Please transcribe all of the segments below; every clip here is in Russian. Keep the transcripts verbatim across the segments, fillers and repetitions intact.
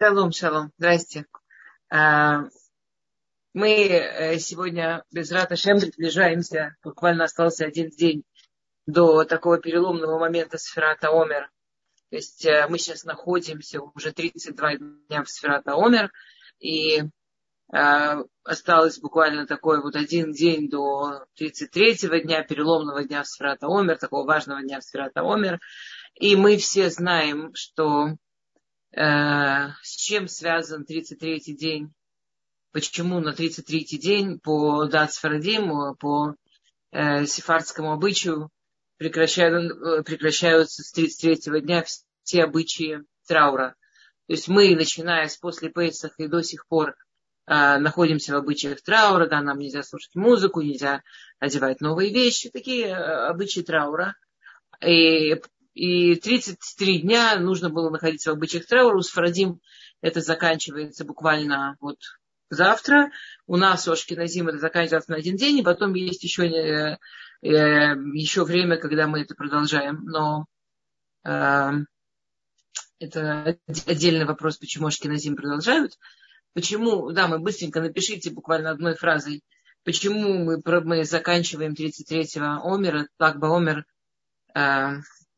Шалом, шалом. Здрасте. А, Мы э, сегодня без рата Шем приближаемся. Буквально остался один день до такого переломного момента Сфират ха-Омер. То есть э, мы сейчас находимся уже тридцать два дня в Сфират ха-Омер. И э, осталось буквально такой вот один день до тридцать третьего дня, переломного дня в Сфират ха-Омер, такого важного дня в Сфират ха-Омер. И мы все знаем, что Э, с чем связан тридцать третий день, почему на тридцать третий день по Дат Сфарадим, по э, сефардскому обычаю прекращают, э, прекращаются с тридцать третьего дня все обычаи траура. То есть мы, начиная с после Пейсаха и до сих пор э, находимся в обычаях траура, да, нам нельзя слушать музыку, нельзя одевать новые вещи, такие э, обычаи траура. И И тридцать три дня нужно было находиться в обычаях траура. У Сфарадим это заканчивается буквально вот завтра. У нас, у Ашкеназим, это заканчивается на один день. И потом есть еще, э, э, еще время, когда мы это продолжаем. Но э, это отдельный вопрос, почему Ашкеназим продолжают. Почему, да, мы быстренько напишите буквально одной фразой, почему мы, мы заканчиваем тридцать третьего Омера, Лагба Омер, э,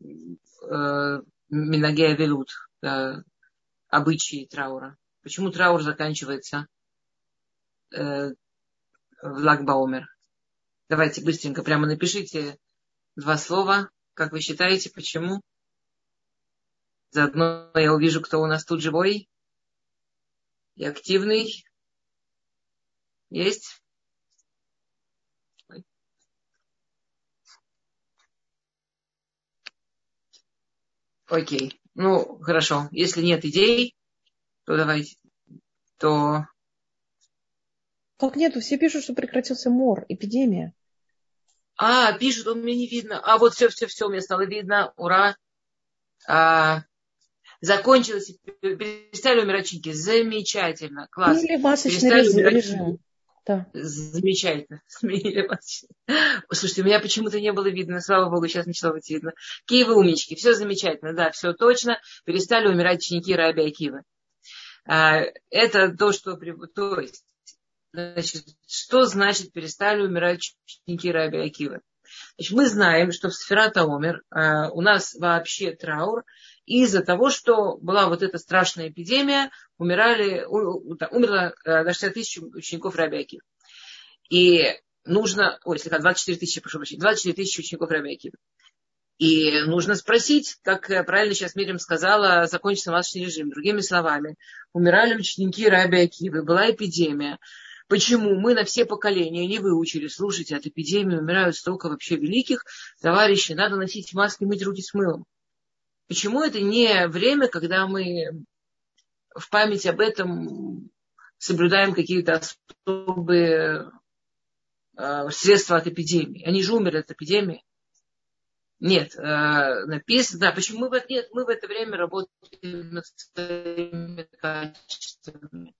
Минагея Велут, обычаи траура. Почему траур заканчивается э, в Лагбаомер? Давайте быстренько прямо напишите два слова. Как вы считаете, почему? Заодно я увижу, кто у нас тут живой и активный. Есть? Окей. Ну, хорошо. Если нет идей, то давайте. То... Как нету? Все пишут, что прекратился мор, эпидемия. А, пишут, у меня не видно. А, вот все, все, все, у меня стало видно. Ура. А, закончилось. Перестали умирать ученики. Замечательно. Класс. Или масочный Перестали режим. Да. Замечательно. Сменили масочный. Слушайте, у меня почему-то не было видно. Слава богу, сейчас начало быть видно. Какие вы умнички. Все замечательно. Да, все точно. Перестали умирать ученики Раби Акивы. А, это то, что... То есть, значит, что значит перестали умирать ученики Раби Акивы? Значит, мы знаем, что в Сфират ха-Омер э, у нас вообще траур из-за того, что была вот эта страшная эпидемия, умирали, у, умерло э, до шестьдесят тысяч учеников Раби Акивы. И нужно, ой, слегка, двадцать четыре тысячи, прошу прощения, двадцать четыре тысячи учеников Раби Акивы. И нужно спросить, как правильно сейчас Мирим сказала, закончится масочный режим. Другими словами, умирали ученики Раби Акивы, была эпидемия. Почему мы на все поколения не выучили, слушайте, от эпидемии умирают столько вообще великих товарищей, надо носить маски, мыть руки с мылом. Почему это не время, когда мы в память об этом соблюдаем какие-то особые э, средства от эпидемии? Они же умерли от эпидемии. Нет, э, написано, да, почему мы в, нет, мы в это время работаем над своими качествами.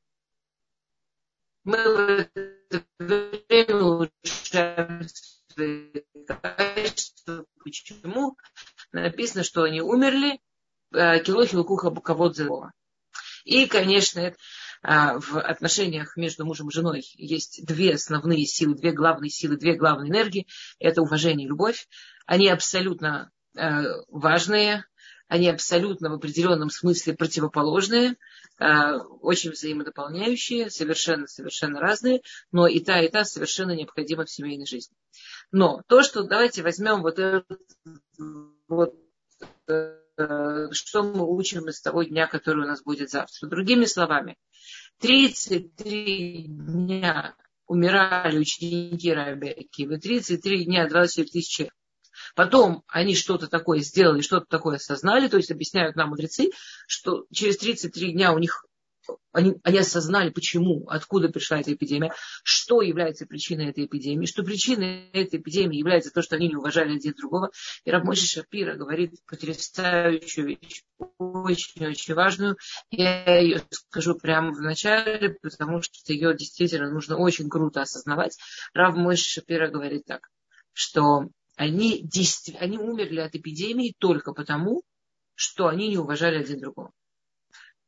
Мы в это время улучшаем свои качества. Почему? Написано, что они умерли, килохи лукуха буковод зелова. И, конечно, в отношениях между мужем и женой есть две основные силы, две главные силы, две главные энергии. Это уважение и любовь. Они абсолютно важные, они абсолютно в определенном смысле противоположные, очень взаимодополняющие, совершенно-совершенно разные, но и та, и та совершенно необходима в семейной жизни. Но то, что давайте возьмем вот это, вот, что мы учим из того дня, который у нас будет завтра. Другими словами, тридцать три дня умирали ученики Раби Акивы, тридцать три дня, двадцать четыре тысячи. Потом они что-то такое сделали, что-то такое осознали, то есть объясняют нам мудрецы, что через тридцать три дня у них они, они осознали, почему, откуда пришла эта эпидемия, что является причиной этой эпидемии, что причиной этой эпидемии является то, что они не уважали один другого. И Рав Моше Шапира говорит потрясающую вещь, очень-очень важную. Я ее скажу прямо в начале, потому что ее действительно нужно очень круто осознавать. Рав Моше Шапира говорит так, что они, действительно, они умерли от эпидемии только потому, что они не уважали один другого.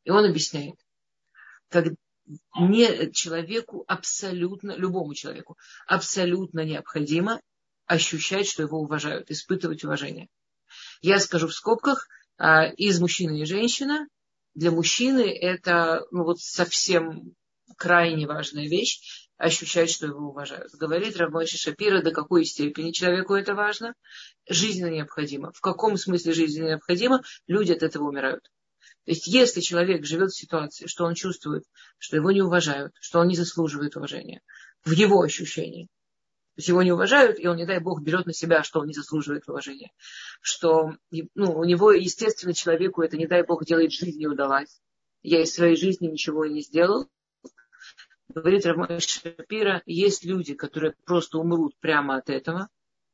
И он объясняет, как не человеку абсолютно, любому человеку, абсолютно необходимо ощущать, что его уважают, испытывать уважение. Я скажу в скобках, из мужчины и женщины. Для мужчины это ну, вот совсем крайне важная вещь, ощущать, что его уважают. Говорит Рав Моше Шапира, до какой степени человеку это важно, жизненно необходимо. В каком смысле жизненно необходимо, люди от этого умирают. То есть, если человек живет в ситуации, что он чувствует, что его не уважают, что он не заслуживает уважения, в его ощущении, то есть его не уважают, и он, не дай бог, берет на себя, что он не заслуживает уважения. Что ну, у него, естественно, человеку это, не дай бог, делает жизнь не удалась. Я из своей жизни ничего не сделал. Говорит Рав Моше Шапира, есть люди, которые просто умрут прямо от этого.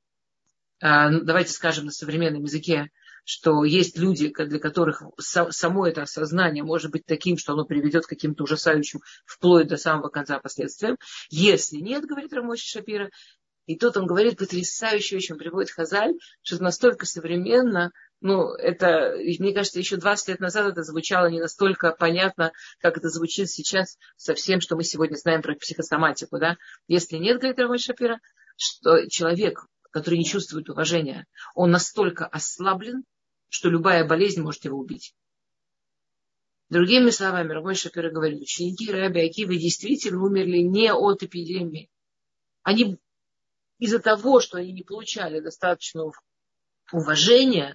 Давайте скажем на современном языке, что есть люди, для которых само это осознание может быть таким, что оно приведет к каким-то ужасающим вплоть до самого конца последствиям. Если нет, говорит Рав Моше Шапира, и тут он говорит потрясающую вещь, он приводит Хазаль, что настолько современно, ну, это, мне кажется, еще двадцать лет назад это звучало не настолько понятно, как это звучит сейчас со всем, что мы сегодня знаем про психосоматику, да. Если нет, говорит Рав Моше Шапира, что человек, который не чувствует уважения, он настолько ослаблен, что любая болезнь может его убить. Другими словами, Рав Моше Шапира говорит, ученики Раби Акивы действительно умерли не от эпидемии. Они из-за того, что они не получали достаточного уважения,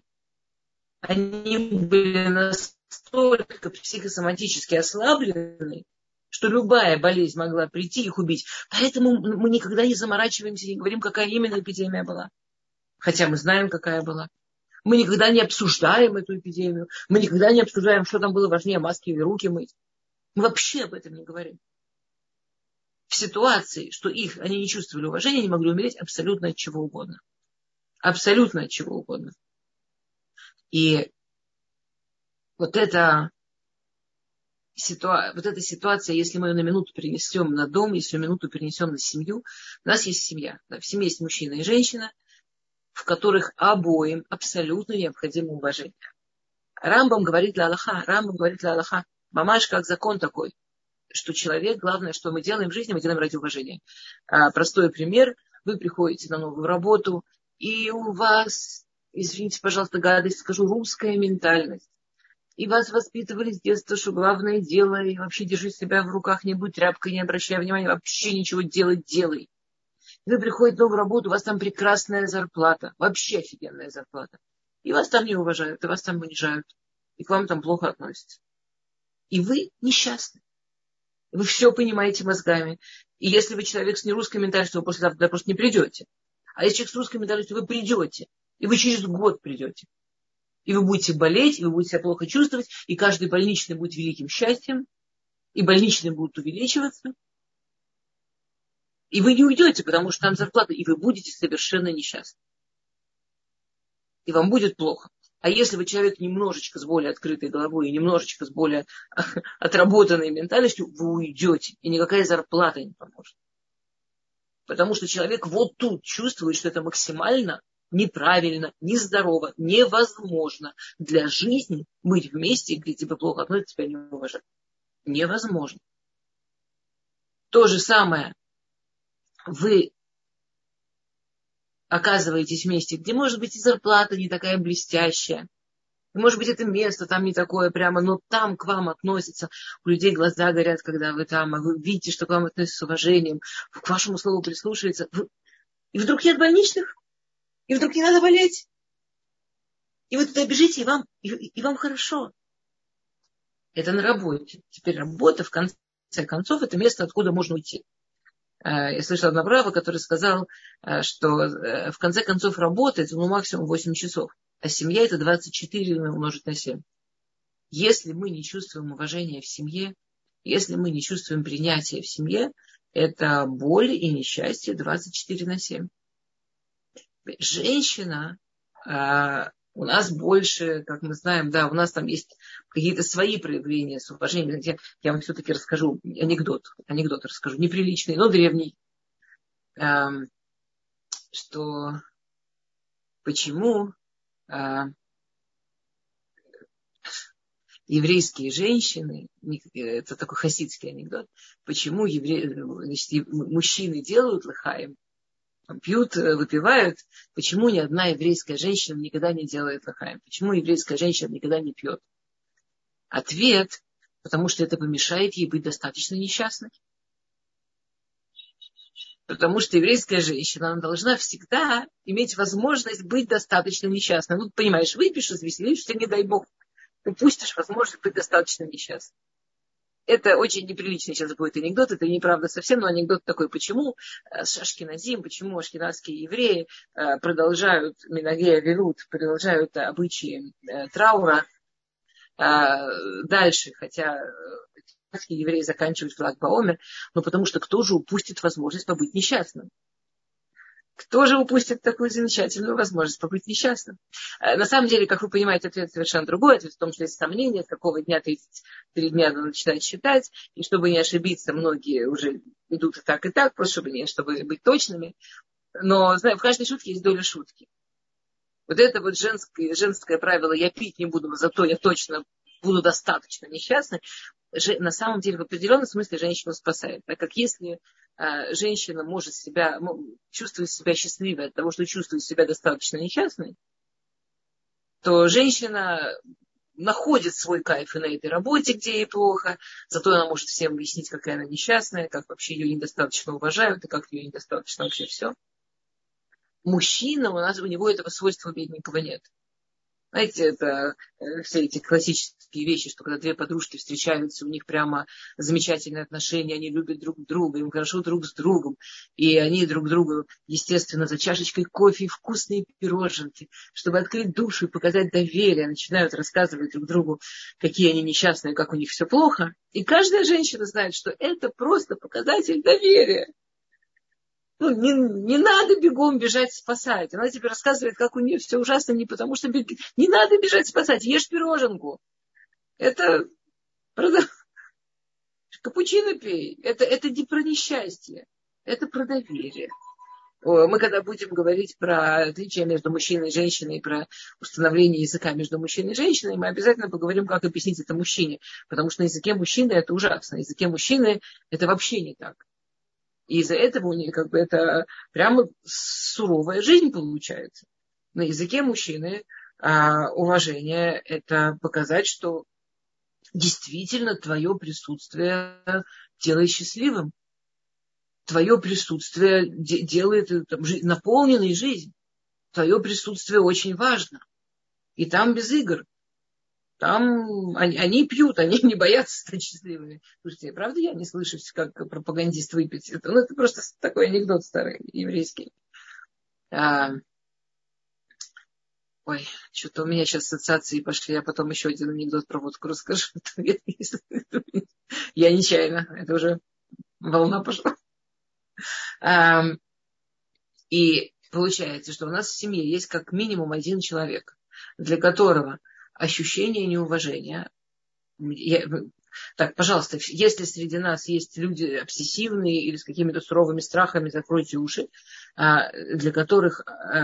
они были настолько психосоматически ослаблены, что любая болезнь могла прийти и их убить. Поэтому мы никогда не заморачиваемся, не говорим, какая именно эпидемия была. Хотя мы знаем, какая была. Мы никогда не обсуждаем эту эпидемию. Мы никогда не обсуждаем, что там было важнее, маски или руки мыть. Мы вообще об этом не говорим. В ситуации, что их, они не чувствовали уважения, они могли умереть абсолютно от чего угодно. Абсолютно от чего угодно. И вот эта, ситуа... вот эта ситуация, если мы ее на минуту перенесем на дом, если на минуту перенесем на семью, у нас есть семья. Да, в семье есть мужчина и женщина, в которых обоим абсолютно необходимо уважение. Рамбам говорит для Аллаха, Рамбам говорит для Аллаха, мамаш как закон такой, что человек, главное, что мы делаем в жизни, мы делаем ради уважения. А, простой пример. Вы приходите на новую работу, и у вас, извините, пожалуйста, гадость, скажу, русская ментальность. И вас воспитывали с детства, что главное дело, и вообще держи себя в руках, не будь тряпкой, не обращай внимания, вообще ничего делать, делай. Вы приходите на новую работу, у вас там прекрасная зарплата, вообще офигенная зарплата. И вас там не уважают, и вас там унижают, и к вам там плохо относятся. И вы несчастны. Вы все понимаете мозгами. И если вы человек с нерусской ментальностью, вы после завтра просто не придете. А если человек с русской ментальностью, вы придете. И вы через год придете. И вы будете болеть, и вы будете себя плохо чувствовать, и каждый больничный будет великим счастьем, и больничные будут увеличиваться. И вы не уйдете, потому что там зарплата, и вы будете совершенно несчастны. И вам будет плохо. А если вы человек немножечко с более открытой головой и немножечко с более отработанной ментальностью, вы уйдете. И никакая зарплата не поможет. Потому что человек вот тут чувствует, что это максимально неправильно, нездорово, невозможно для жизни быть вместе, где тебе плохо относятся, тебя не уважают. Невозможно. То же самое вы оказываетесь вместе, где, может быть, и зарплата не такая блестящая. И, может быть, это место там не такое прямо, но там к вам относятся. У людей глаза горят, когда вы там, а вы видите, что к вам относятся с уважением, к вашему слову прислушиваются. И вдруг нет больничных, и вдруг не надо болеть. И вы туда бежите, и вам, и, и вам хорошо. Это на работе. Теперь работа, в конце концов, это место, откуда можно уйти. Я слышала одного рава, который сказал, что в конце концов работает ну, максимум восемь часов, а семья это двадцать четыре умножить на семь. Если мы не чувствуем уважения в семье, если мы не чувствуем принятия в семье, это боль и несчастье двадцать четыре на семь. Женщина, у нас больше, как мы знаем, да, у нас там есть какие-то свои проявления с уважением. Я, я вам все-таки расскажу анекдот, анекдот расскажу, неприличный, но древний, эм, что почему, э, еврейские женщины, это такой хасидский анекдот, почему евре... Значит, мужчины делают лахаим, пьют, выпивают, почему ни одна еврейская женщина никогда не делает лахаим? Почему еврейская женщина никогда не пьет? Ответ, потому что это помешает ей быть достаточно несчастной. Потому что еврейская женщина, она должна всегда иметь возможность быть достаточно несчастной. Ну, понимаешь, выпьешь, развеселишься, не дай бог, упустишь возможность быть достаточно несчастной. Это очень неприличный сейчас будет анекдот, это неправда совсем, но анекдот такой, почему ашкеназим, почему ашкеназские евреи продолжают минагея велут, продолжают обычаи траура дальше, хотя евреи заканчивают флаг Баомер, но потому что кто же упустит возможность побыть несчастным? Кто же упустит такую замечательную возможность побыть несчастным? На самом деле, как вы понимаете, ответ совершенно другой. Ответ в том, что есть сомнения, с какого дня, тридцать три дня надо начинать считать. И чтобы не ошибиться, многие уже идут и так, и так, просто чтобы, не, чтобы быть точными. Но знаю, в каждой шутке есть доля шутки. Вот это вот женское, женское правило «я пить не буду, зато я точно буду достаточно несчастной», на самом деле в определенном смысле женщину спасает. Так как если э, женщина может себя, чувствовать себя счастливой от того, что чувствует себя достаточно несчастной, то женщина находит свой кайф и на этой работе, где ей плохо, зато она может всем объяснить, какая она несчастная, как вообще ее недостаточно уважают и как ее недостаточно вообще все. Мужчина, у нас у него этого свойства бедненького нет. Знаете, это э, все эти классические вещи, что когда две подружки встречаются, у них прямо замечательные отношения, они любят друг друга, им хорошо друг с другом, и они друг другу, естественно, за чашечкой кофе и вкусные пироженки, чтобы открыть душу и показать доверие, начинают рассказывать друг другу, какие они несчастные, как у них все плохо. И каждая женщина знает, что это просто показатель доверия. Ну, не, не надо бегом бежать спасать. Она тебе рассказывает, как у нее все ужасно, не потому что бег... не надо бежать спасать, ешь пироженку. Это правда, капучино пей. Это, это не про несчастье, это про доверие. Мы когда будем говорить про отличия между мужчиной и женщиной, про установление языка между мужчиной и женщиной, мы обязательно поговорим, как объяснить это мужчине. Потому что на языке мужчины это ужасно. На языке мужчины это вообще не так. И из-за этого у них как бы это прямо суровая жизнь получается. На языке мужчины а, уважение – это показать, что действительно твое присутствие делает счастливым. Твое присутствие де- делает там, жи- наполненной жизнь. Твое присутствие очень важно. И там без игр. Там они, они пьют, они не боятся стать счастливыми. Слушайте, правда, я не слышу, как пропагандист выпить. Это, ну, это просто такой анекдот старый, еврейский. А, ой, что-то у меня сейчас ассоциации пошли. Я потом еще один анекдот про водку расскажу. Я нечаянно. Это уже волна пошла. А, и получается, что у нас в семье есть как минимум один человек, для которого ощущение неуважения. Я, так, пожалуйста, если среди нас есть люди обсессивные или с какими-то суровыми страхами, закройте уши, для которых,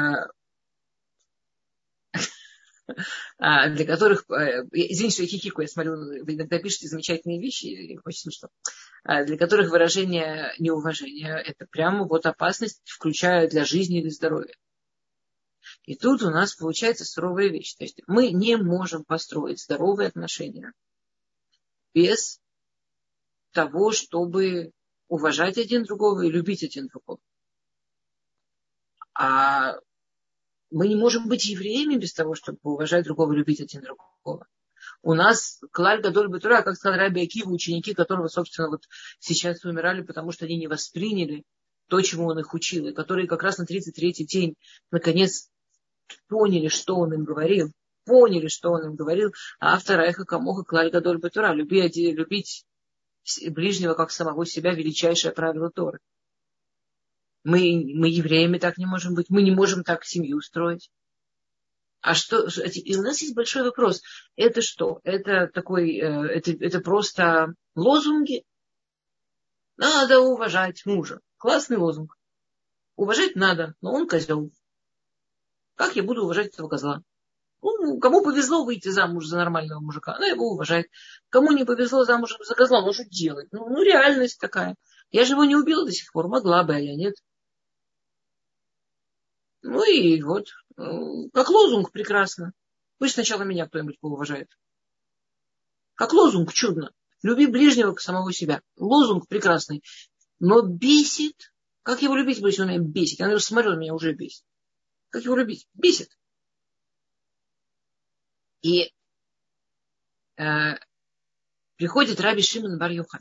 для которых, извините, что я хихикаю, я смотрю, вы иногда пишете замечательные вещи, очень смешно, для которых выражение неуважения – это прямо вот опасность, включая для жизни или здоровья. И тут у нас получается суровая вещь. То есть мы не можем построить здоровые отношения без того, чтобы уважать один другого и любить один другого. А мы не можем быть евреями без того, чтобы уважать другого и любить один другого. У нас клаль гадоль бетура, как сказал Раби Акива, ученики которого, собственно, вот сейчас умирали, потому что они не восприняли то, чему он их учил, и которые как раз на тридцать третий день наконец поняли, что он им говорил, поняли, что он им говорил, а автор Айха Камоха клаль гадоль бетура, любить, любить ближнего как самого себя, величайшее правило Торы. Мы, мы евреями так не можем быть, мы не можем так семью строить. А что? И у нас есть большой вопрос. Это что? Это такой, это, это просто лозунги? Надо уважать мужа. Классный лозунг. Уважать надо, но он козел. Как я буду уважать этого козла? Ну, кому повезло выйти замуж за нормального мужика, она его уважает. Кому не повезло замуж за козла, ну что делать? Ну, ну, реальность такая. Я же его не убила до сих пор, могла бы, а я нет. Ну и вот, как лозунг прекрасно. Пусть сначала меня кто-нибудь поуважает. Как лозунг чудно. Люби ближнего как самого себя. Лозунг прекрасный. Но бесит. Как его любить, если он меня бесит? Я, наверное, смотрю, он меня уже бесит. Как его любить? Бесит. И э, приходит Раби Шимон бар Йохай.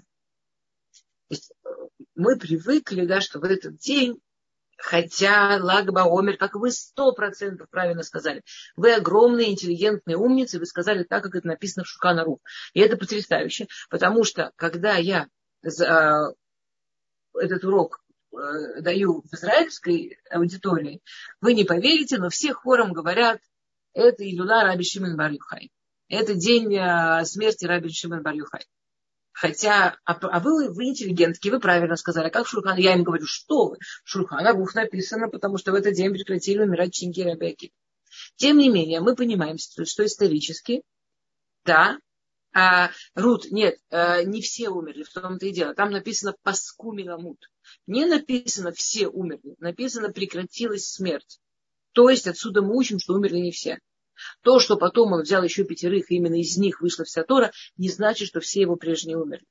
Мы привыкли, да, что в этот день, хотя Лаг ба-Омер, как вы сто процентов правильно сказали, вы огромные, интеллигентные умницы, вы сказали так, как это написано в Шулхан Арух. И это потрясающе, потому что, когда я за этот урок э, даю в израильской аудитории, вы не поверите, но все хором говорят, это Илюла Раби Шимон бар Йохай. Это день э, смерти Раби Шимон бар Йохай. Хотя, а, а вы, вы интеллигентки, вы правильно сказали, как в Шулхан, я им говорю, что вы, в Шулхан Арух написано, потому что в этот день прекратили умирать Чинги и Раби Акива. Тем не менее, мы понимаем, что исторически, да, а, Рут, нет, а, не все умерли, в том-то и дело. Там написано «паску миламут». Не написано «все умерли», написано «прекратилась смерть». То есть отсюда мы учим, что умерли не все. То, что потом он взял еще пятерых, и именно из них вышла вся Тора, не значит, что все его прежние умерли.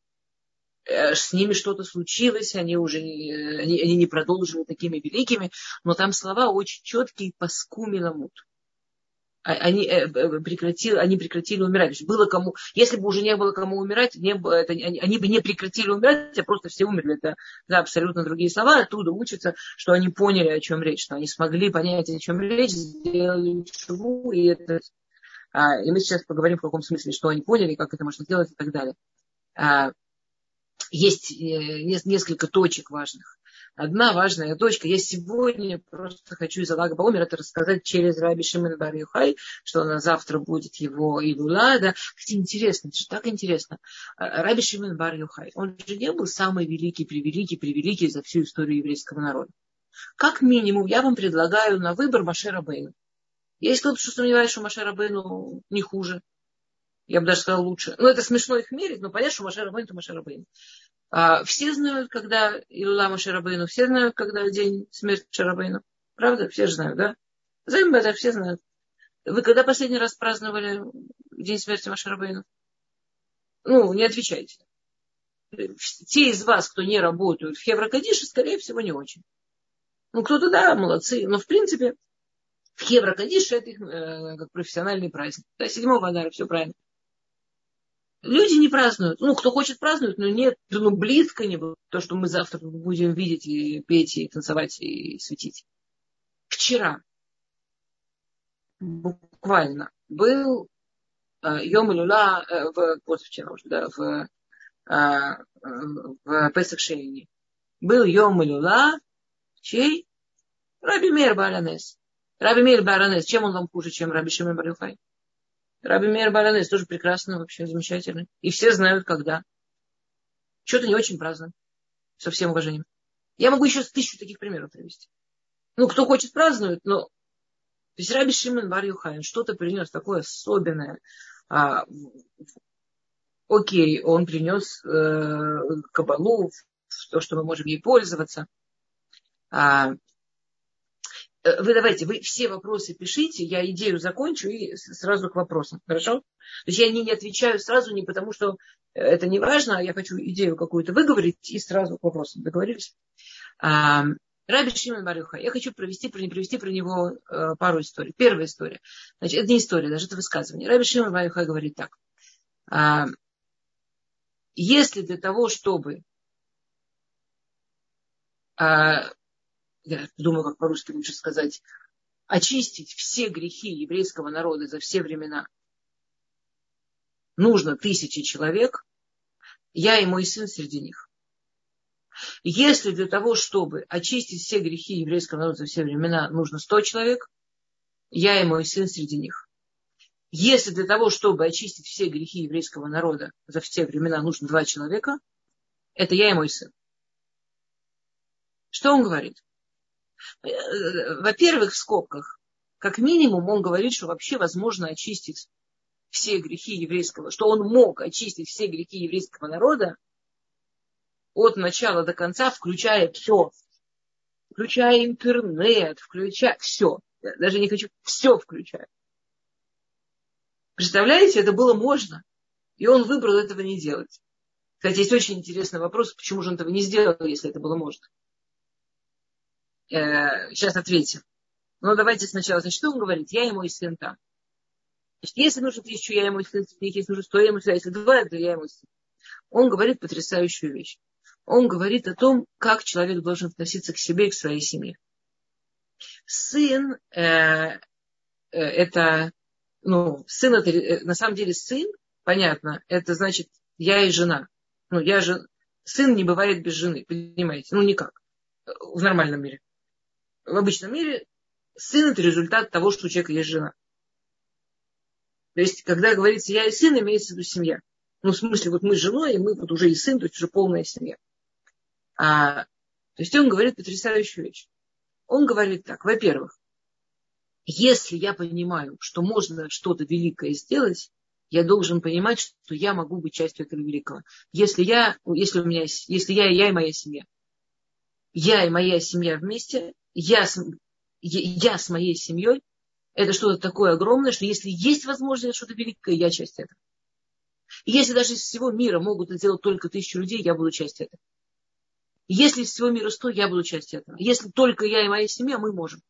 С ними что-то случилось, они уже не, они, они не продолжили такими великими, но там слова очень четкие «паску миламут». Они прекратили, они прекратили умирать. Было кому, если бы уже не было кому умирать, не было, это, они, они бы не прекратили умирать, а просто все умерли. Это да, абсолютно другие слова. Оттуда учатся, что они поняли, о чем речь, что они смогли понять, о чем речь, сделали шву, и это. А, и мы сейчас поговорим, в каком смысле, что они поняли, как это можно сделать и так далее. А, есть несколько точек важных. Одна важная точка. Я сегодня просто хочу из Лага ба-Омер это рассказать через Раби Шимон бар Йохай, что на завтра будет его Илюла. Да. Хотя интересно, это же так интересно. Раби Шимон бар Йохай, он же не был самый великий, превеликий, превеликий за всю историю еврейского народа. Как минимум, я вам предлагаю на выбор Моше Рабейну. Есть кто-то, что сомневается, что Моше Рабейну не хуже. Я бы даже сказала лучше. Ну, это смешно их мерить, но понятно, что Моше Рабейну, то Моше Рабейну. А, все знают, когда Илюла Моше Рабейну, все знают, когда день смерти Моше Рабейну. Правда? Все же знают, да? Займбада, все знают. Вы когда последний раз праздновали день смерти Моше Рабейну? Ну, не отвечайте. Те из вас, кто не работают в Хевра Кадише, скорее всего, не очень. Ну, кто-то, да, молодцы. Но, в принципе, в Хевра Кадише это их э, как профессиональный праздник. Да, седьмого Адара, все правильно. Люди не празднуют. Ну, кто хочет празднуют, но нет, ну, близко не было. То, что мы завтра будем видеть и петь, и танцевать, и светить. Вчера буквально был э, Йом Илюла, э, в, позавчера уже, да, в, э, в Песах Шейни. Был Йом Илюла, чей? Раби Меир бар ха-Нес. Раби Меир бар ха-Нес. Чем он вам хуже, чем Раби Шимон бар Йохай? Раби Меир бар ха-Нес тоже прекрасно, вообще замечательно. И все знают, когда. Что-то не очень праздно. Со всем уважением. Я могу еще тысячу таких примеров привести. Ну, кто хочет, празднует, но... То есть Раби Шимон бар Йохай что-то принес такое особенное. А, окей, он принес э, кабалу, то, что мы можем ей пользоваться. А, вы давайте, вы все вопросы пишите, я идею закончу и сразу к вопросам. Хорошо? То есть я не, не отвечаю сразу не потому, что это не важно, а я хочу идею какую-то выговорить и сразу к вопросам. Договорились? А, Раби Шимон бар Йохай. Я хочу провести, про, не провести про него э, пару историй. Первая история. Значит, это не история, даже это высказывание. Раби Шимон бар Йохай говорит так. А, если для того, чтобы... А, я думаю, как по-русски лучше сказать, очистить все грехи еврейского народа за все времена, нужно тысячи человек, я и мой сын среди них. Если для того, чтобы очистить все грехи еврейского народа за все времена, нужно сто человек, я и мой сын среди них. Если для того, чтобы очистить все грехи еврейского народа за все времена, нужно два человека, это я и мой сын. Что он говорит? Во-первых, в скобках, как минимум он говорит, что вообще возможно очистить все грехи еврейского, что он мог очистить все грехи еврейского народа от начала до конца, включая все. Включая интернет, включая все. Я даже не хочу, все включая. Представляете, это было можно. И он выбрал этого не делать. Кстати, есть очень интересный вопрос, почему же он этого не сделал, если это было можно. Э, сейчас ответим. Но давайте сначала, значит, что он говорит? Я и мой сын там. Значит, если нужно тысячу, я и мой сын, если нужно сто, я и мой сын, если два, то я и мой сын. Он говорит потрясающую вещь. Он говорит о том, как человек должен относиться к себе и к своей семье. Сын э, э, это, ну, сын это, э, на самом деле сын, понятно, это значит я и жена. Ну, я же, сын не бывает без жены, понимаете? Ну, никак. В нормальном мире. В обычном мире сын это результат того, что у человека есть жена. То есть, когда говорится я и сын, имеется в виду семья. Ну, в смысле, вот мы с женой, и мы вот уже и сын, то есть уже полная семья. А, то есть он говорит потрясающую вещь. Он говорит так, во-первых, если я понимаю, что можно что-то великое сделать, я должен понимать, что я могу быть частью этого великого. Если я, если у меня, если я, я и моя семья, я и моя семья вместе, я с, я, я с моей семьей, это что-то такое огромное, что если есть возможность что-то великое, я часть этого. И если даже из всего мира могут сделать только тысячу людей, я буду частью этого. Если из всего мира сто, я буду частью этого. Если только я и моя семья, мы можем.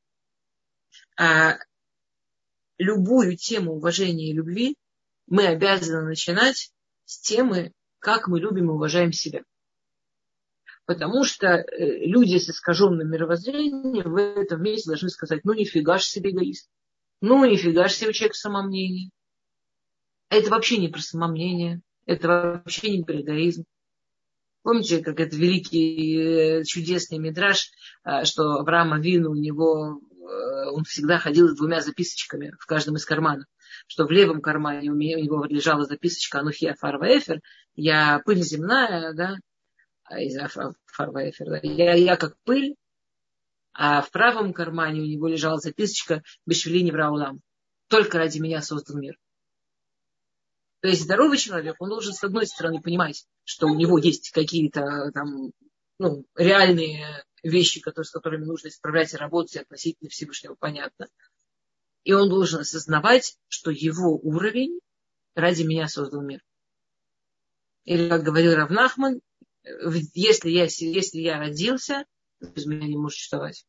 А любую тему уважения и любви мы обязаны начинать с темы, как мы любим и уважаем себя. Потому что люди с искаженным мировоззрением в этом месте должны сказать, ну нифига ж себе эгоист. Ну нифига ж себе человек самомнение. Это вообще не про самомнение. Это вообще не про эгоизм. Помните, как это великий чудесный мидраш, что Авраам Авину, у него, он всегда ходил с двумя записочками в каждом из карманов. Что в левом кармане у него лежала записочка «Анухи афар ваэфер», я пыль земная, да, афар ваэфер, да, я, я как пыль, а в правом кармане у него лежала записочка «Бешвили невра улам», только ради меня создан мир. То есть здоровый человек, он должен с одной стороны понимать, что у него есть какие-то там, ну, реальные вещи, которые, с которыми нужно исправлять и работать, и относительно Всевышнего, понятно. И он должен осознавать, что его уровень ради меня создал мир. Или, как говорил Рав Нахман, если я, если я родился, без меня не может существовать.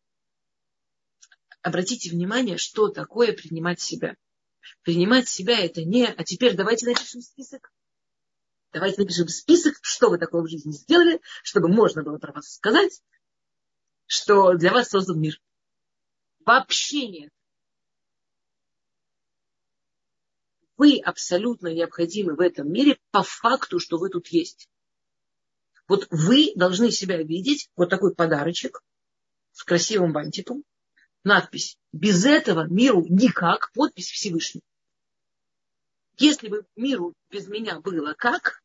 Обратите внимание, что такое принимать себя. Принимать себя это не, а теперь давайте напишем список. Давайте напишем список, что вы такого в жизни сделали, чтобы можно было про вас сказать, что для вас создан мир. Вообще нет. Вы абсолютно необходимы в этом мире по факту, что вы тут есть. Вот вы должны себя видеть, вот такой подарочек с красивым бантиком, надпись «Без этого миру никак», подпись Всевышний. Если бы миру без меня было как,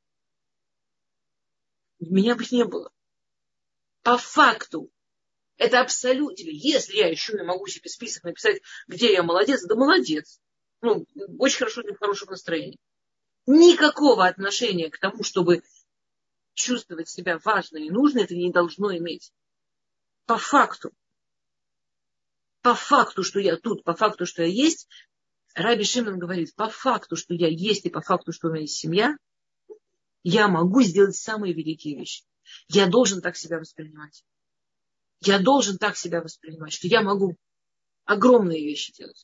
меня бы не было. По факту. Это абсолютно. Если я еще и могу себе список написать, где я молодец, да молодец. Ну, очень хорошо, в хорошем настроении. Никакого отношения к тому, чтобы чувствовать себя важной и нужной, это не должно иметь. По факту. По факту, что я тут, по факту, что я есть, Раби Шимон говорит, по факту, что я есть, и по факту, что у меня есть семья, я могу сделать самые великие вещи. Я должен так себя воспринимать. Я должен так себя воспринимать, что я могу огромные вещи делать.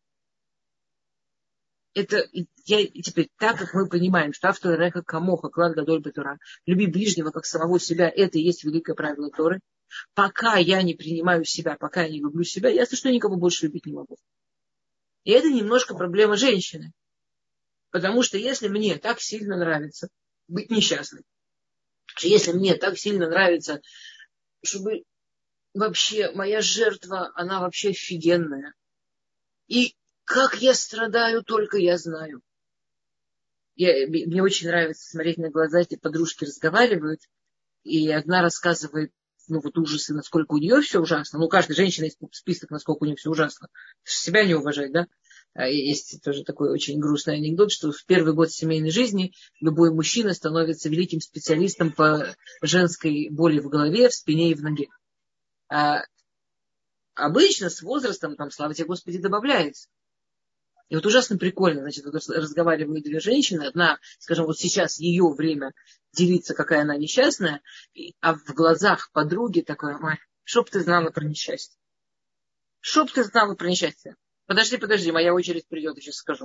Это я, и теперь, так как мы понимаем, что автор Реха Камоха, Клад Гадоль Бетура, люби ближнего как самого себя, это и есть великое правило Торы. Пока я не принимаю себя, пока я не люблю себя, ясно, что я никого больше любить не могу. И это немножко проблема женщины. Потому что если мне так сильно нравится быть несчастной, если мне так сильно нравится, чтобы вообще моя жертва, она вообще офигенная. И как я страдаю, только я знаю. Я, мне очень нравится смотреть на глаза, эти подружки разговаривают, и одна рассказывает ну, вот ужасы, насколько у нее все ужасно. Ну, у каждой женщины есть список, насколько у нее все ужасно. Себя не уважать, да? Есть тоже такой очень грустный анекдот, что в первый год семейной жизни любой мужчина становится великим специалистом по женской боли в голове, в спине и в ноге. А обычно с возрастом, там, слава тебе Господи, добавляется. И вот ужасно прикольно, значит, вот разговаривают две женщины. Одна, скажем, вот сейчас ее время делиться, какая она несчастная, а в глазах подруги такое: ой, чтоб ты знала про несчастье. Чтоб ты знала про несчастье. Подожди, подожди, моя очередь придет, я сейчас скажу.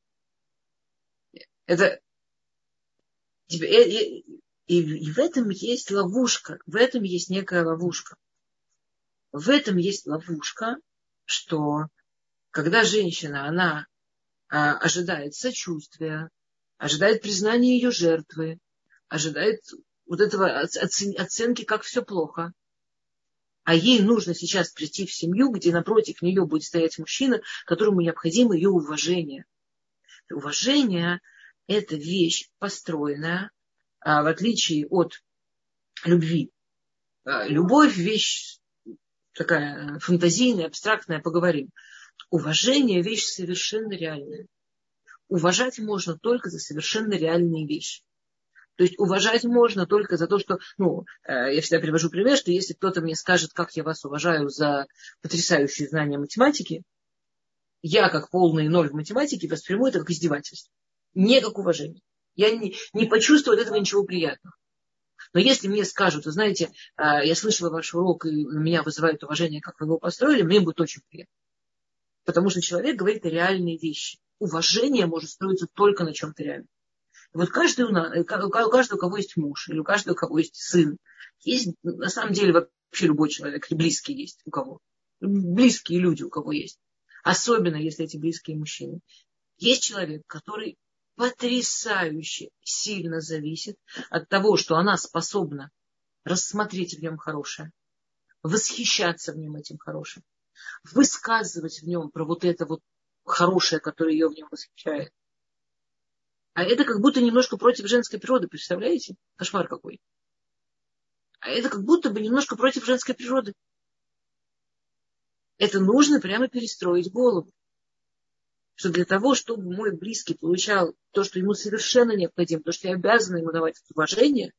Это... И, и, и в этом есть ловушка. В этом есть некая ловушка. В этом есть ловушка, что когда женщина, она а, ожидает сочувствия, ожидает признания ее жертвы, ожидает вот этого оценки, как все плохо, а ей нужно сейчас прийти в семью, где напротив нее будет стоять мужчина, которому необходимо ее уважение. Уважение – это вещь построенная, а, в отличие от любви. А, любовь – вещь такая фантазийная, абстрактная, поговорим. Уважение – вещь совершенно реальная. Уважать можно только за совершенно реальные вещи. То есть уважать можно только за то, что, ну, я всегда привожу пример, что если кто-то мне скажет, как я вас уважаю за потрясающие знания математики, я, как полный ноль в математике, восприму это как издевательство. Не как уважение. Я не, не почувствую от этого ничего приятного. Но если мне скажут, вы знаете, я слышала ваш урок, и у меня вызывает уважение, как вы его построили, мне будет очень приятно. Потому что человек говорит о реальные вещи. Уважение может строиться только на чем-то реальном. Вот каждый, у каждого, у кого есть муж, или у каждого, у кого есть сын, есть на самом деле вообще любой человек, и близкий есть у кого. Близкие люди у кого есть. Особенно, если эти близкие мужчины. Есть человек, который потрясающе сильно зависит от того, что она способна рассмотреть в нем хорошее, восхищаться в нем этим хорошим, высказывать в нем про вот это вот хорошее, которое ее в нем восхищает. А это как будто немножко против женской природы, представляете? Кошмар какой. А это как будто бы немножко против женской природы. Это нужно прямо перестроить голову. Что для того, чтобы мой близкий получал то, что ему совершенно необходимо, то, что я обязана ему давать уважение,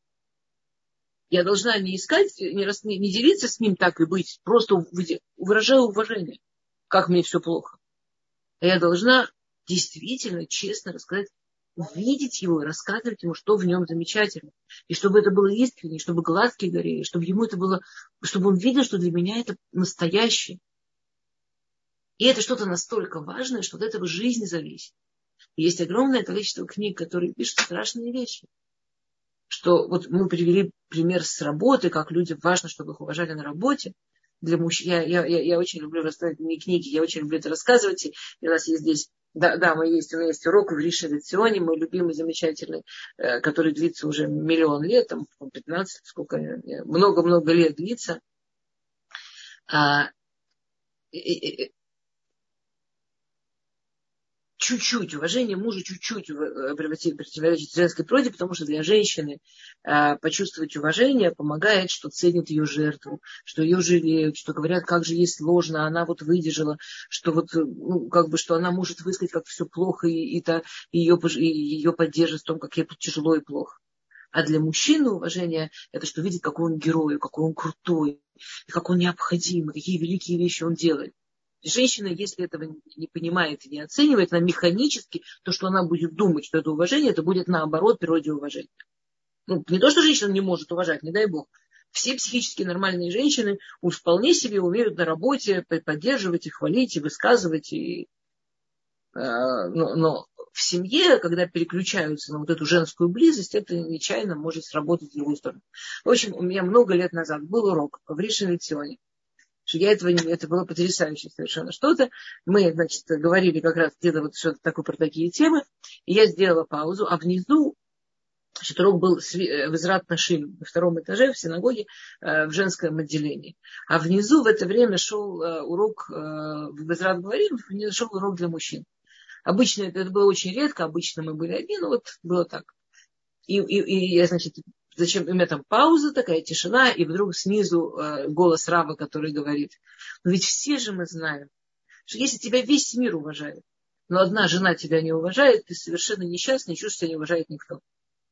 я должна не искать, не, рас, не, не делиться с ним так и быть, просто выражая уважение, как мне все плохо. А я должна действительно, честно рассказать, видеть его и рассказывать ему, что в нем замечательно. И чтобы это было искренне, чтобы глазки горели, чтобы ему это было, чтобы он видел, что для меня это настоящее. И это что-то настолько важное, что от этого жизнь зависит. И есть огромное количество книг, которые пишут страшные вещи. Что вот мы привели пример с работы, как людям важно, чтобы их уважали на работе. Для мужчин, я, я, я, я очень люблю рассказывать книги, я очень люблю это рассказывать. И у нас есть здесь, да, да, мы есть, у меня есть урок в Риши Лекционе, мой любимый, замечательный, э, который длится уже миллион лет, там пятнадцать, сколько, много-много лет длится. А, и, и, чуть-чуть, уважение мужа чуть-чуть противоречит женской природе, потому что для женщины э, почувствовать уважение помогает, что ценят ее жертву, что ее жалеют, что говорят, как же ей сложно, она вот выдержала, что вот, ну, как бы, что она может высказать, как все плохо, и, и, та, и ее, и ее поддерживать в том, как ей тут тяжело и плохо. А для мужчины уважение – это что видит, какой он герой, какой он крутой, как он необходим, какие великие вещи он делает. Женщина, если этого не понимает и не оценивает, она механически, то, что она будет думать, что это уважение, это будет наоборот природе уважения. Ну, не то, что женщина не может уважать, не дай бог. Все психически нормальные женщины уж вполне себе умеют на работе поддерживать и хвалить, и высказывать. И, э, но, но в семье, когда переключаются на вот эту женскую близость, это нечаянно может сработать в другую сторону. В общем, у меня много лет назад был урок в Риши Лекционе. Что я этого не... Это было потрясающе совершенно что-то. Мы, значит, говорили как раз где-то вот что-то такое про такие темы. И я сделала паузу. А внизу, значит, урок был в Израт Нашим, на втором этаже в синагоге, в женском отделении. А внизу в это время шел урок в Израт Говорим, шел урок для мужчин. Обычно это было очень редко, обычно мы были одни, но вот было так. И, и, и я, значит, Зачем? У меня там пауза такая, тишина, и вдруг снизу э, голос раба, который говорит. Но ведь все же мы знаем, что если тебя весь мир уважает, но одна жена тебя не уважает, ты совершенно несчастный, и чувствуешь, что тебя не уважает никто.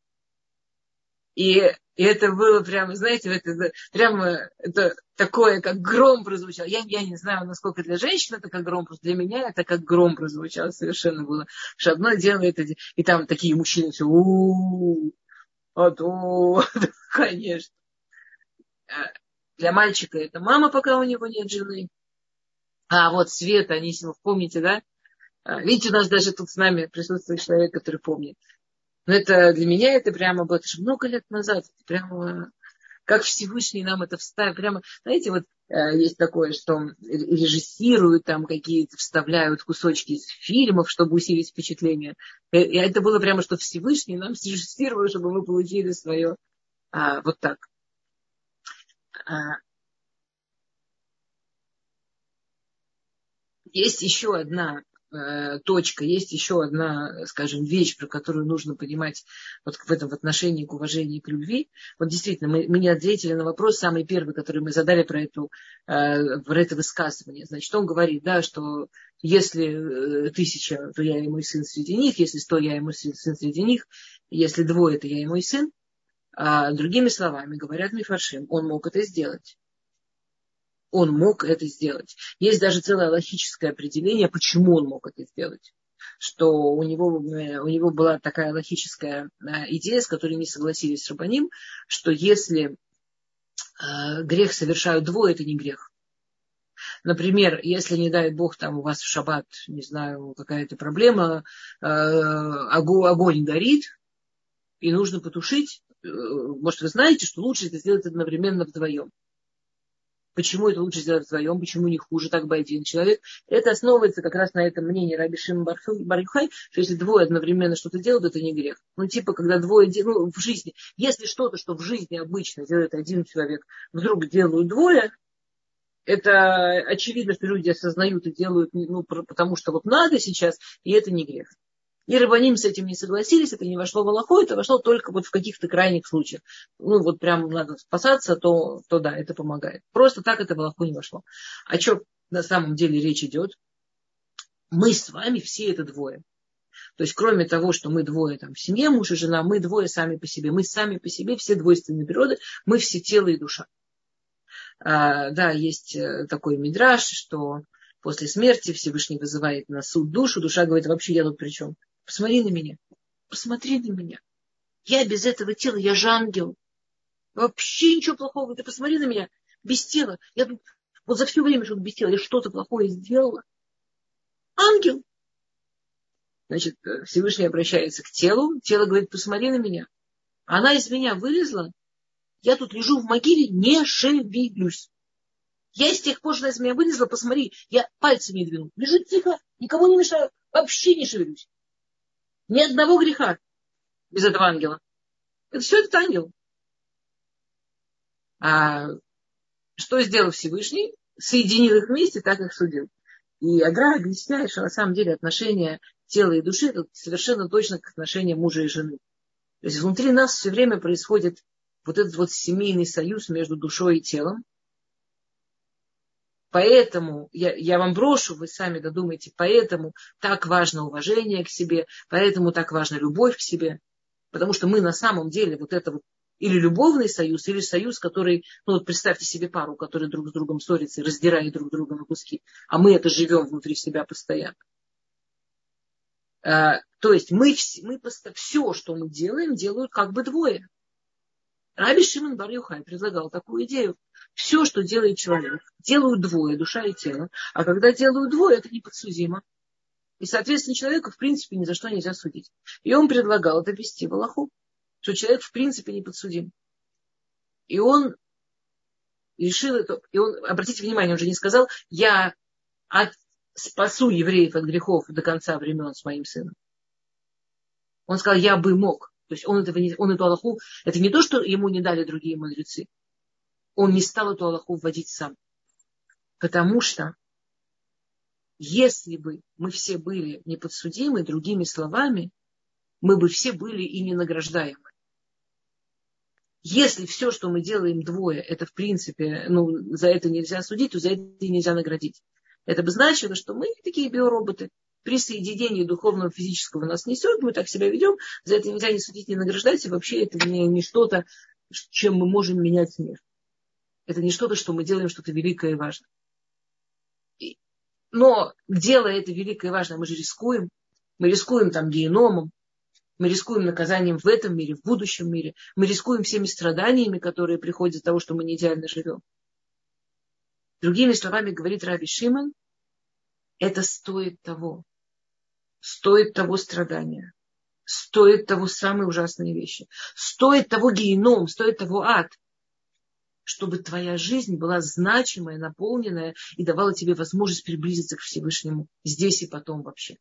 И, и это было прямо, знаете, это, прямо это такое, как гром прозвучал. Я, я не знаю, насколько для женщин это как гром, просто для меня это как гром прозвучало совершенно было. Что одно дело это, и там такие мужчины все, у-у-у, а то, конечно. Для мальчика это мама, пока у него нет жены. А вот Света, Анисимов, помните, да? Видите, у нас даже тут с нами присутствует человек, который помнит. Но это для меня это прямо было, это же много лет назад. Прямо как Всевышний нам это вставил. Прямо, знаете, вот э, есть такое, что режиссируют там какие-то, вставляют кусочки из фильмов, чтобы усилить впечатление. И, и это было прямо, что Всевышний нам срежиссировал, чтобы мы получили свое а, вот так. А, есть еще одна э, точка, есть еще одна, скажем, вещь, про которую нужно понимать вот в этом в отношении к уважению и к любви. Вот действительно, мы, мы не ответили на вопрос, самый первый, который мы задали про, эту, э, про это высказывание. Значит, он говорит, да, что если тысяча, то я и мой сын среди них, если сто, я и мой сын среди них, если двое, то я и мой сын. А другими словами, говорят мифаршим, он мог это сделать. Он мог это сделать. Есть даже целое логическое определение, почему он мог это сделать. Что у него, у него была такая логическая идея, с которой не согласились рабаним, что если э, грех совершают двое, это не грех. Например, если, не дай бог, там у вас в шаббат, не знаю, какая-то проблема, э, огонь горит, и нужно потушить, э, может, вы знаете, что лучше это сделать одновременно вдвоем. Почему это лучше сделать вдвоем, почему не хуже, так бы один человек. Это основывается как раз на этом мнении Раби Шимон бар Йохай, что если двое одновременно что-то делают, это не грех. Ну, типа, когда двое делают, ну, в жизни, если что-то, что в жизни обычно делает один человек, вдруг делают двое, это очевидно, что люди осознают и делают, ну, потому что вот надо сейчас, и это не грех. И рабаним с этим не согласились, это не вошло в алаху, это вошло только вот в каких-то крайних случаях. Ну, вот прям надо спасаться, то, то да, это помогает. Просто так это в алаху не вошло. О чем на самом деле речь идет? Мы с вами все это двое. То есть, кроме того, что мы двое там в семье, муж и жена, мы двое сами по себе. Мы сами по себе, все двойственные природы, мы все тело и душа. А, да, есть такой мидраш, что после смерти Всевышний вызывает на суд душу, душа говорит, вообще я тут при чем? Посмотри на меня. Посмотри на меня. Я без этого тела, я же ангел. Вообще ничего плохого. Ты посмотри на меня. Без тела. Я тут, вот за все время, что без тела, я что-то плохое сделала. Ангел. Значит, Всевышний обращается к телу. Тело говорит, посмотри на меня. Она из меня вылезла. Я тут лежу в могиле, не шевелюсь. Я из тех пор, что она из меня вылезла, посмотри, я пальцем не двину. Лежу тихо, никому не мешаю, вообще не шевелюсь. Ни одного греха без этого ангела. Это все этот ангел. А что сделал Всевышний? Соединил их вместе, так их судил. И Агра объясняет, что на самом деле отношения тела и души это совершенно точно как отношения мужа и жены. То есть внутри нас все время происходит вот этот вот семейный союз между душой и телом. Поэтому, я, я вам брошу, вы сами додумайте, поэтому так важно уважение к себе, поэтому так важна любовь к себе. Потому что мы на самом деле вот это вот или любовный союз, или союз, который, ну вот представьте себе пару, которые друг с другом ссорятся и раздирают друг друга на куски, а мы это живем внутри себя постоянно. А, то есть мы, мы все, что мы делаем, делают как бы двое. Раби Шимон бар Йохай предлагал такую идею. Все, что делает человек, делают двое, душа и тело. А когда делают двое, это неподсудимо. И, соответственно, человека, в принципе, ни за что нельзя судить. И он предлагал это ввести в алаху, что человек, в принципе, не подсудим. И он решил это. И он, обратите внимание, он же не сказал, я от, спасу евреев от грехов до конца времен с моим сыном. Он сказал, я бы мог. То есть он, этого не, он эту алаху, это не то, что ему не дали другие мудрецы. Он не стал эту алаху вводить сам. Потому что если бы мы все были неподсудимы, другими словами, мы бы все были и не награждаемы. Если все, что мы делаем двое, это в принципе, ну, за это нельзя судить, то за это нельзя наградить. Это бы значило, что мы такие биороботы. При соединении духовного и физического нас несет, мы так себя ведем, за это нельзя ни судить, ни награждать, и вообще это не, не что-то, чем мы можем менять мир. Это не что-то, что мы делаем что-то великое и важное. И, но делая это великое и важное, мы же рискуем. Мы рискуем там геномом, мы рискуем наказанием в этом мире, в будущем мире. Мы рискуем всеми страданиями, которые приходят из-за того, что мы не идеально живем. Другими словами, говорит Раби Шимон, это стоит того. Стоит того страдания. Стоит того самые ужасные вещи. Стоит того геном, стоит того ад. Чтобы твоя жизнь была значимая, наполненная и давала тебе возможность приблизиться к Всевышнему здесь и потом вообще.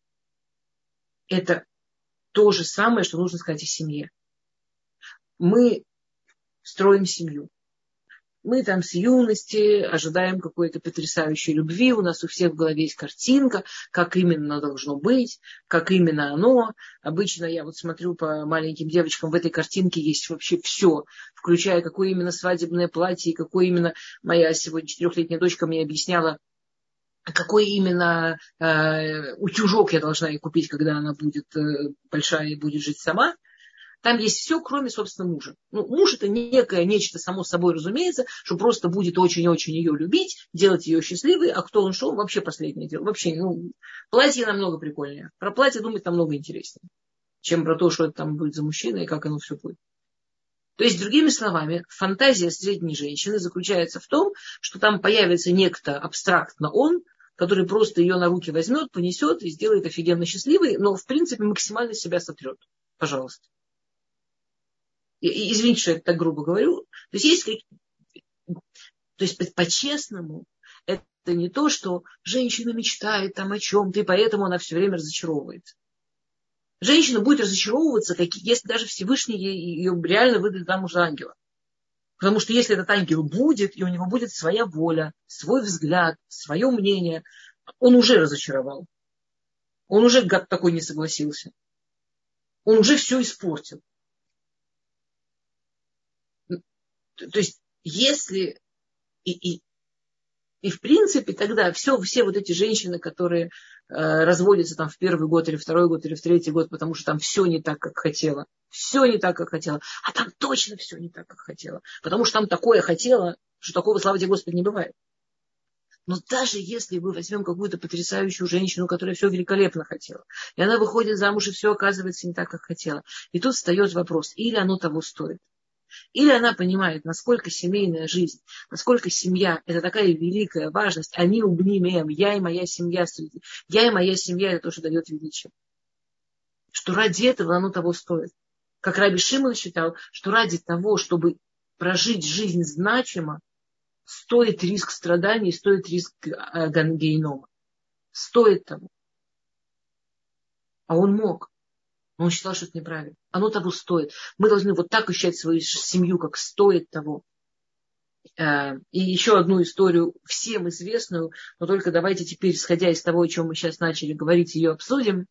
Это то же самое, что нужно сказать о семье. Мы строим семью. Мы там с юности ожидаем какой-то потрясающей любви. У нас у всех в голове есть картинка, как именно оно должно быть, как именно оно. Обычно я вот смотрю по маленьким девочкам, в этой картинке есть вообще все, включая какое именно свадебное платье, и какое именно моя сегодня четырехлетняя дочка мне объясняла, какой именно э, утюжок я должна ей купить, когда она будет э, большая и будет жить сама. Там есть все, кроме, собственно, мужа. Ну, муж это некое, нечто само собой разумеется, что просто будет очень-очень ее любить, делать ее счастливой, а кто он шел, вообще последнее дело. Вообще, ну, платье намного прикольнее. Про платье думать намного интереснее, чем про то, что это там будет за мужчина и как оно все будет. То есть, другими словами, фантазия средней женщины заключается в том, что там появится некто абстрактно он, который просто ее на руки возьмет, понесет и сделает офигенно счастливой, но, в принципе, максимально себя сотрет. Пожалуйста. Извините, что я так грубо говорю. То есть, есть, то есть по-честному, это не то, что женщина мечтает там о чем-то, и поэтому она все время разочаровывается. Женщина будет разочаровываться, если даже Всевышний ее реально выдаст замуж за ангела. Потому что если этот ангел будет, и у него будет своя воля, свой взгляд, свое мнение, он уже разочаровал. Он уже, гад такой, не согласился. Он уже все испортил. То есть, если и, и, и в принципе тогда все, все вот эти женщины, которые э, разводятся там в первый год или второй год или в третий год, потому что там все не так, как хотела. Все не так, как хотела. А там точно все не так, как хотела. Потому что там такое хотела, что такого, слава тебе, Господи, не бывает. Но даже если мы возьмем какую-то потрясающую женщину, которая все великолепно хотела, и она выходит замуж, и все оказывается не так, как хотела. И тут встает вопрос, или оно того стоит. Или она понимает, насколько семейная жизнь, насколько семья – это такая великая важность. Они убнимем, я и моя семья. Я и моя семья – это то, что дает величие. Что ради этого оно того стоит. Как Раби Шимон считал, что ради того, чтобы прожить жизнь значимо, стоит риск страданий, стоит риск генома. Стоит того. А он мог. Он считал, что это неправильно. Оно того стоит. Мы должны вот так ощущать свою семью, как стоит того. И еще одну историю, всем известную, но только давайте теперь, исходя из того, о чем мы сейчас начали говорить, ее обсудим.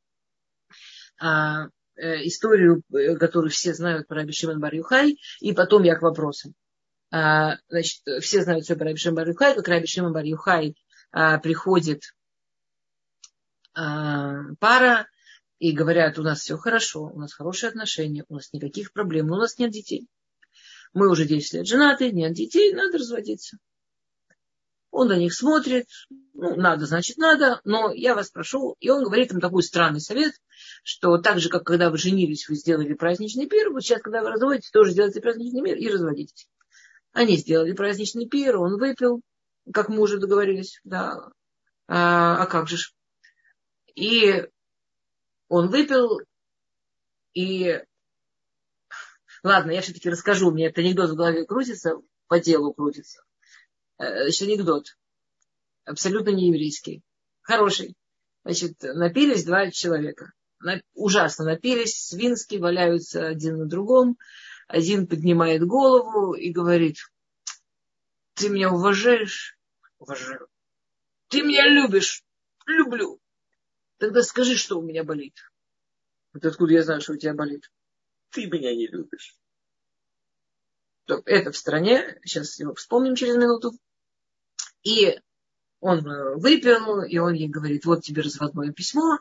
Историю, которую все знают про Раби Шимон бар Йохай, и потом я к вопросам. Значит, все знают все про Раби Шимон бар Йохай, как Раби Шимон бар Йохай приходит пара, и говорят, у нас все хорошо, у нас хорошие отношения, у нас никаких проблем, но у нас нет детей. Мы уже десять лет женаты, нет детей, надо разводиться. Он на них смотрит, ну, надо, значит, надо, но я вас прошу, и он говорит им такой странный совет, что так же, как когда вы женились, вы сделали праздничный пир, вот сейчас, когда вы разводитесь, тоже сделайте праздничный пир и разводитесь. Они сделали праздничный пир, он выпил, как мы уже договорились, да, а, а как же ж. И он выпил, и... Ладно, я все-таки расскажу, у меня этот анекдот в голове крутится, по делу крутится. Значит, анекдот. Абсолютно не еврейский. Хороший. Значит, напились два человека. Ужасно напились, свински валяются один на другом. Один поднимает голову и говорит: ты меня уважаешь? Уважаю. Ты меня любишь? Люблю. Тогда скажи, что у меня болит. Вот откуда я знаю, что у тебя болит? Ты меня не любишь. Это в стране, сейчас его вспомним через минуту. И он выпил, и он ей говорит, вот тебе разводное письмо.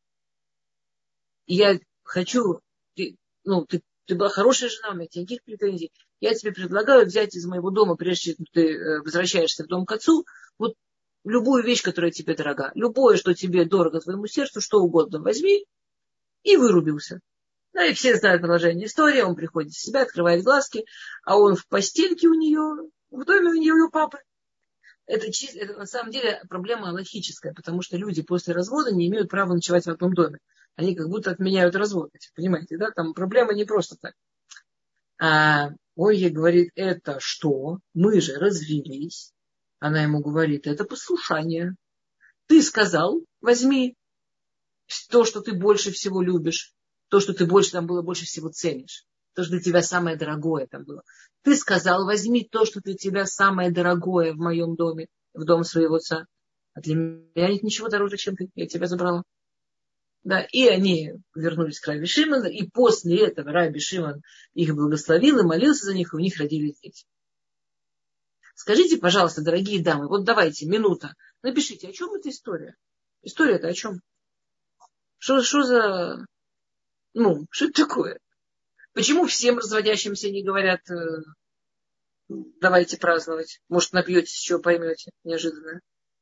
И я хочу, ты, ну, ты, ты была хорошая жена, у меня нет никаких претензий. Я тебе предлагаю взять из моего дома, прежде чем ты возвращаешься в дом к отцу, вот любую вещь, которая тебе дорога. Любое, что тебе дорого твоему сердцу, что угодно возьми. И вырубился. Да, и все знают продолжение истории. Он приходит в себя, открывает глазки, а он в постельке у нее, в доме у нее, у папы. Это, чисто, это на самом деле проблема логическая, потому что люди после развода не имеют права ночевать в одном доме. Они как будто отменяют развод. Понимаете, да? Там проблема не просто так. А он ей говорит, это что? Мы же развелись. Она ему говорит, это послушание. Ты сказал, возьми то, что ты больше всего любишь, то, что ты больше там было, больше всего ценишь, то, что для тебя самое дорогое там было. Ты сказал, возьми то, что для тебя самое дорогое в моем доме, в дом своего отца. А для меня нет ничего дороже, чем ты. Я тебя забрала. Да, и они вернулись к Раби Шимону, и после этого Раби Шимон их благословил и молился за них, и у них родились дети. Скажите, пожалуйста, дорогие дамы, вот давайте, минута, напишите, о чем эта история? История-то о чем? Что, что за... Ну, что это такое? Почему всем разводящимся не говорят, давайте праздновать? Может, напьетесь, чего поймете неожиданно.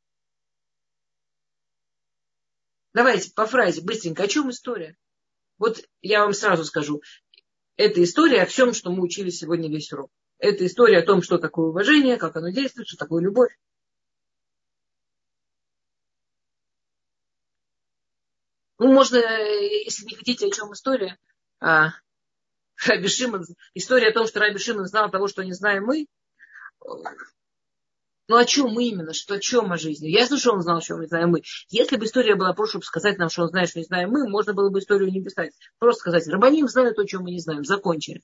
Давайте по фразе, быстренько, о чем история? Вот я вам сразу скажу. Это история о всем, что мы учили сегодня весь урок. Это история о том, что такое уважение, как оно действует, что такое любовь. Ну, можно, если не хотите, о чем история, а, Раби Шимон, история о том, что Раби Шимон знал того, что не знаем мы. Ну, о чем именно? Что, о чем о жизни? Ясно, что он знал, что не знаем мы. Если бы история была просто, чтобы сказать нам, что он знает, что не знаем мы, можно было бы историю не писать. Просто сказать, рабаним знают то, чем мы не знаем. Закончили.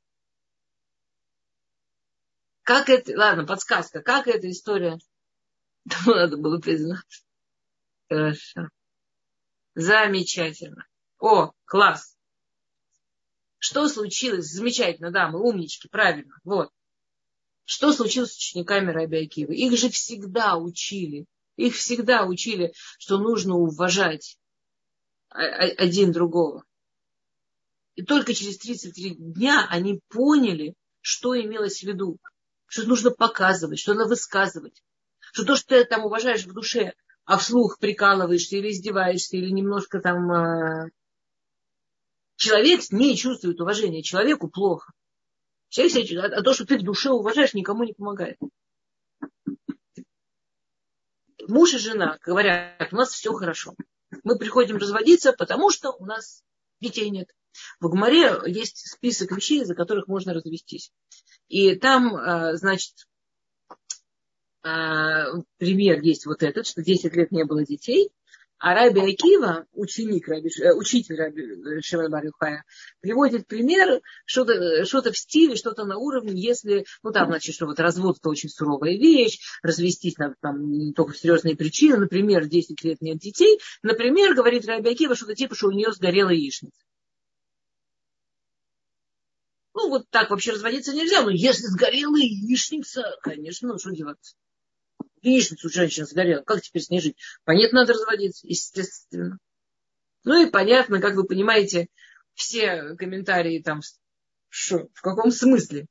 Как это... Ладно, подсказка. Как эта история? Надо было признать. Хорошо. Замечательно. О, класс. Что случилось? Замечательно, да, мы умнички, правильно. Вот. Что случилось с учениками Раби Акивы? Их же всегда учили. Их всегда учили, что нужно уважать один другого. И только через тридцать три дня они поняли, что имелось в виду. Что нужно показывать, что надо высказывать. Что то, что ты там уважаешь в душе, а вслух прикалываешься или издеваешься, или немножко там... Человек не чувствует уважения. Человеку плохо. Человек, а то, что ты в душе уважаешь, никому не помогает. Муж и жена говорят, у нас все хорошо. Мы приходим разводиться, потому что у нас детей нет. В Гмаре есть список вещей, за которых можно развестись. И там, значит, пример есть вот этот, что десять лет не было детей. А Раби Акива, ученик, Раби, учитель Раби Шимона бар Йохая, приводит пример, что-то, что-то в стиле, что-то на уровне, если, ну там, значит, что вот развод это очень суровая вещь, развестись надо там не только серьезные причины, например, десять лет нет детей, например, говорит Раби Акива, что-то типа, что у нее сгорела яичница. Ну, вот так вообще разводиться нельзя, но если сгорела яичница, конечно, ну что делать? Яичницу женщина сгорела. Как теперь с ней жить? Понятно, надо разводиться, естественно. Ну и понятно, как вы понимаете, все комментарии там, что, в каком смысле.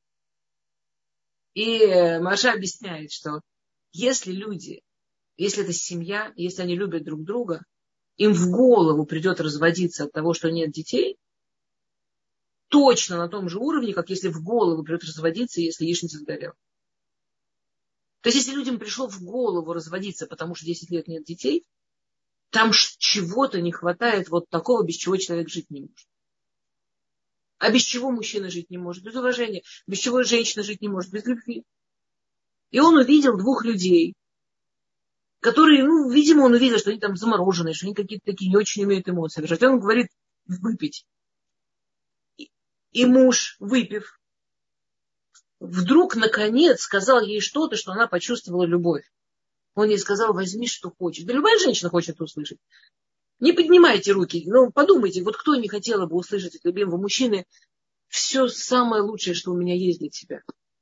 И Маша объясняет, что если люди, если это семья, если они любят друг друга, им в голову придет разводиться от того, что нет детей, точно на том же уровне, как если в голову придет разводиться, если яичница сгорела. То есть, если людям пришло в голову разводиться, потому что десять лет нет детей, там чего-то не хватает вот такого, без чего человек жить не может. А без чего мужчина жить не может? Без уважения. Без чего женщина жить не может? Без любви. И он увидел двух людей, которые, ну, видимо, он увидел, что они там замороженные, что они какие-то такие не очень умеют эмоции выражать. Он говорит, выпить. И, и муж, выпив, вдруг, наконец, сказал ей что-то, что она почувствовала любовь. Он ей сказал, возьми, что хочешь. Да любая женщина хочет услышать. Не поднимайте руки. Ну, подумайте, вот кто не хотела бы услышать от любимого мужчины все самое лучшее, что у меня есть для тебя.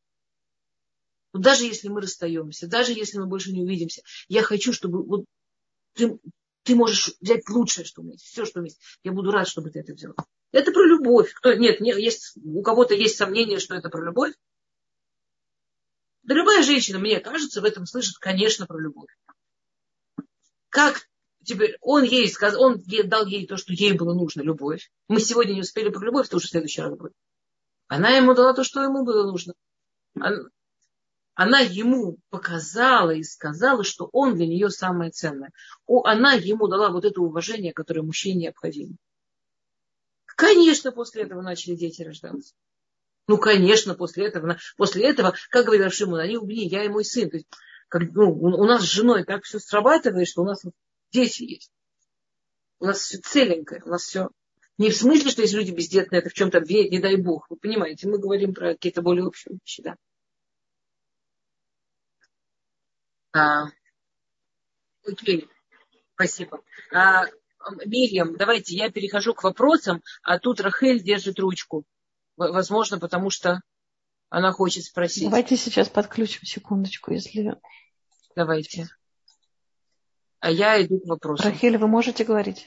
Вот даже если мы расстаемся, даже если мы больше не увидимся, я хочу, чтобы вот ты, ты можешь взять лучшее, что у меня есть, все, что у меня есть. Я буду рад, чтобы ты это взял. Это про любовь. Кто, нет, нет есть, у кого-то есть сомнение, что это про любовь. Да любая женщина, мне кажется, в этом слышит, конечно, про любовь. Как теперь он ей сказал, он дал ей то, что ей было нужно, любовь. Мы сегодня не успели про любовь, это уже в следующий раз будет. Она ему дала то, что ему было нужно. Она, она ему показала и сказала, что он для нее самое ценное. О, она ему дала вот это уважение, которое мужчине необходимо. Конечно, после этого начали дети рождаться. Ну, конечно, после этого, после этого, как говорил Шимон, они убили, я и мой сын. То есть, как, ну, у нас с женой так все срабатывает, что у нас вот дети есть. У нас все целенькое, у нас все. Не в смысле, что есть люди бездетные, это в чем-то обвинять, не дай бог. Вы понимаете, мы говорим про какие-то более общие вещи, да. А, окей, спасибо. А, Мирьям, давайте я перехожу к вопросам, а тут Рахель держит ручку. Возможно, потому что она хочет спросить. Давайте сейчас подключим секундочку, если... Давайте. А я иду к вопросу. Рахель, вы можете говорить?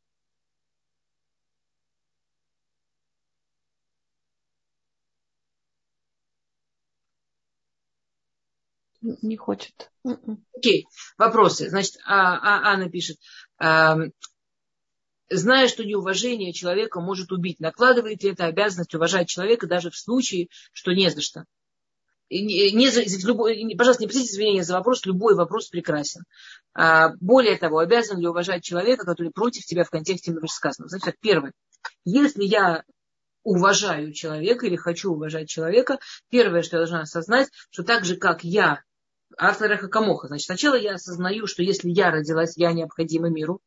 Не хочет. Окей, вопросы. Значит, а, а, Анна пишет. А, зная, что неуважение человека может убить, накладывает ли это обязанность уважать человека даже в случае, что не за что? Не, не за, любой, пожалуйста, не просите извинения за вопрос, любой вопрос прекрасен. А, более того, обязан ли уважать человека, который против тебя в контексте вышесказанного? Значит, первое. Если я уважаю человека или хочу уважать человека, первое, что я должна осознать, что так же, как я, Артареха Камоха, значит, сначала я осознаю, что если я родилась, я необходима миру.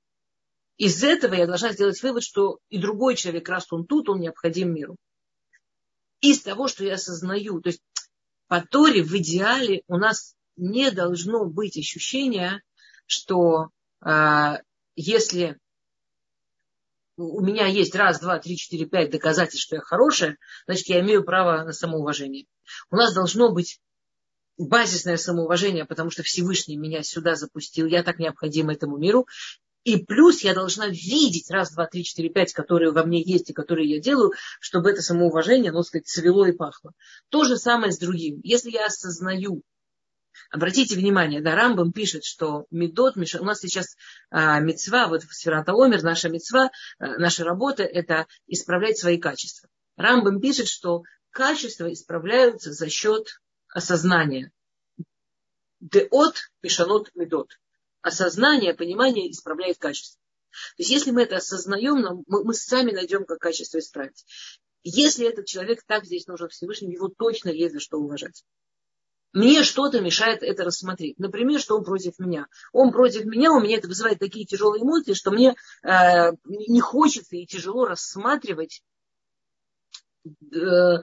Из этого я должна сделать вывод, что и другой человек, раз он тут, он необходим миру. Из того, что я осознаю, то есть по Торе в идеале у нас не должно быть ощущения, что э, если у меня есть раз, два, три, четыре, пять доказательств, что я хорошая, значит, я имею право на самоуважение. У нас должно быть базисное самоуважение, потому что Всевышний меня сюда запустил, я так необходима этому миру. И плюс я должна видеть раз, два, три, четыре, пять, которые во мне есть и которые я делаю, чтобы это самоуважение, ну, сказать, цвело и пахло. То же самое с другим. Если я осознаю, обратите внимание, да, Рамбам пишет, что медот, у нас сейчас а, мицва, вот в Сфират ха-Омер, наша мицва, а, наша работа, это исправлять свои качества. Рамбам пишет, что качества исправляются за счет осознания. Деот пишанот медот. Осознание, понимание исправляет качество. То есть, если мы это осознаем, мы, мы сами найдем, как качество исправить. Если этот человек так здесь нужен Всевышнему, его точно есть за что уважать. Мне что-то мешает это рассмотреть. Например, что он против меня. Он против меня, у меня это вызывает такие тяжелые эмоции, что мне э, не хочется и тяжело рассматривать, э,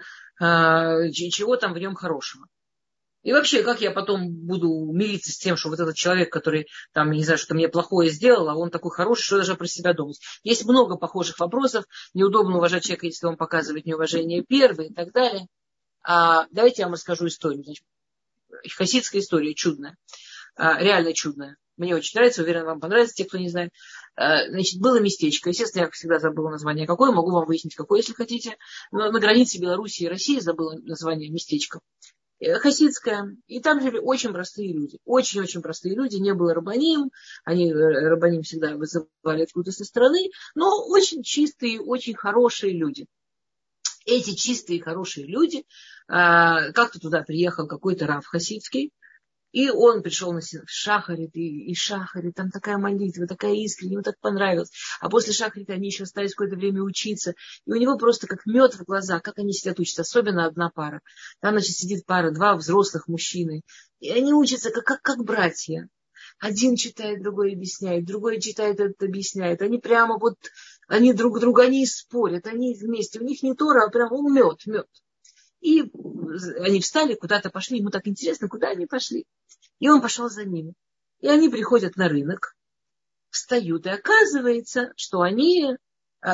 э, чего там в нем хорошего. И вообще, как я потом буду мириться с тем, что вот этот человек, который там, не знаю, что-то мне плохое сделал, а он такой хороший, что даже про себя думать. Есть много похожих вопросов. Неудобно уважать человека, если он показывает неуважение первый и так далее. А, давайте я вам расскажу историю. Значит, хасидская история чудная. А, реально чудная. Мне очень нравится, уверена, вам понравится, те, кто не знает. А, значит, было местечко. Естественно, я всегда забыла название какое. Могу вам выяснить, какое, если хотите. Но на границе Белоруссии и России забыла название местечка. Хасидская, и там жили очень простые люди, очень-очень простые люди, не было рабаним, они рабаним всегда вызывали откуда-то со стороны, но очень чистые, очень хорошие люди. Эти чистые, хорошие люди, как-то туда приехал какой-то рав хасидский, и он пришел на шахарит, и, и шахарит, там такая молитва, такая искренняя, ему так понравилось. А после шахарита они еще остались какое-то время учиться. И у него просто как мед в глазах, как они сидят учатся, особенно одна пара. Там, значит, сидит пара, два взрослых мужчины. И они учатся как, как, как братья. Один читает, другой объясняет, другой читает, этот объясняет. Они прямо вот, они друг друга, они спорят, они вместе. У них не Тора, а прям ну, мед, мед. И они встали, куда-то пошли. Ему так интересно, куда они пошли. И он пошел за ними. И они приходят на рынок, встают, и оказывается, что они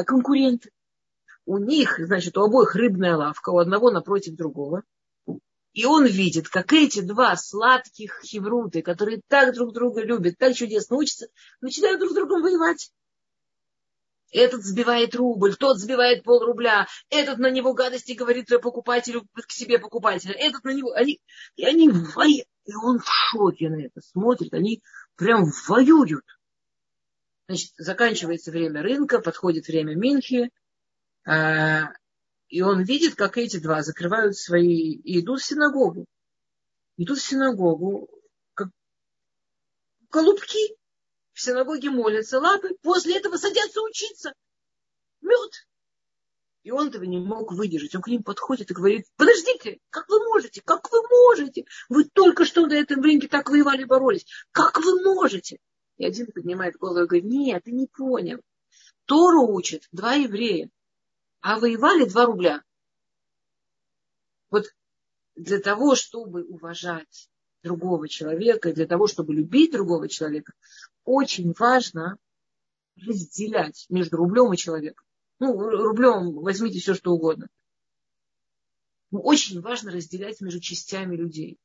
конкуренты. У них, значит, у обоих рыбная лавка, у одного напротив другого. И он видит, как эти два сладких хевруты, которые так друг друга любят, так чудесно учатся, начинают друг с другом воевать. Этот сбивает рубль, тот сбивает полрубля, этот на него гадости говорит покупателю, к себе покупателя, этот на него, они, и они воюют, и он в шоке на это смотрит, они прям воюют. Значит, заканчивается время рынка, подходит время Минхи, а, и он видит, как эти два закрывают свои, и идут в синагогу. Идут в синагогу, как голубки, в синагоге молятся лапы, после этого садятся учиться. Мед. И он этого не мог выдержать. Он к ним подходит и говорит: подождите, как вы можете, как вы можете? Вы только что на этом рынке так воевали, боролись. Как вы можете? И один поднимает голову и говорит: нет, ты не понял. Тору учат два еврея, а воевали два рубля. Вот для того, чтобы уважать другого человека, для того, чтобы любить другого человека, очень важно разделять между рублем и человеком. Ну, рублем возьмите все, что угодно. Но очень важно разделять между частями людей.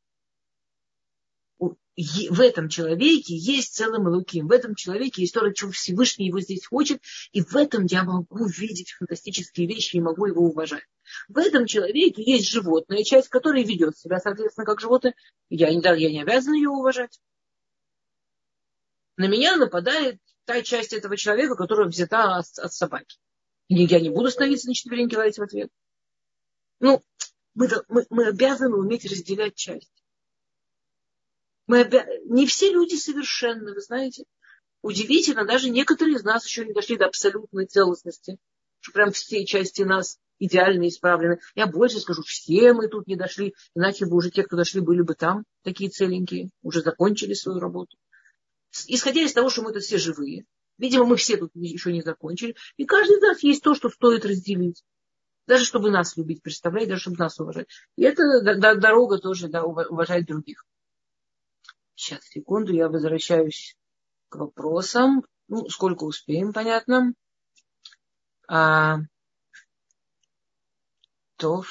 В этом человеке есть целый Элоким. В этом человеке есть то, чего Всевышний его здесь хочет. И в этом я могу видеть фантастические вещи и могу его уважать. В этом человеке есть животная часть, которая ведет себя, соответственно, как животное. Я не, я не обязана ее уважать. На меня нападает та часть этого человека, которая взята от, от собаки. И я не буду становиться на четвереньки лаять в ответ. Ну, мы, мы, мы обязаны уметь разделять часть. Мы обя... Не все люди совершенны, вы знаете. Удивительно, даже некоторые из нас еще не дошли до абсолютной целостности. Что прям все части нас идеально исправлены. Я больше скажу, все мы тут не дошли. Иначе бы уже те, кто дошли, были бы там такие целенькие. Уже закончили свою работу. Исходя из того, что мы тут все живые. Видимо, мы все тут еще не закончили. И каждый из нас есть то, что стоит разделить. Даже чтобы нас любить, представляете, даже чтобы нас уважать. И это дорога тоже, да, уважать других. Сейчас, секунду, я возвращаюсь к вопросам. Ну, сколько успеем, понятно. А, то,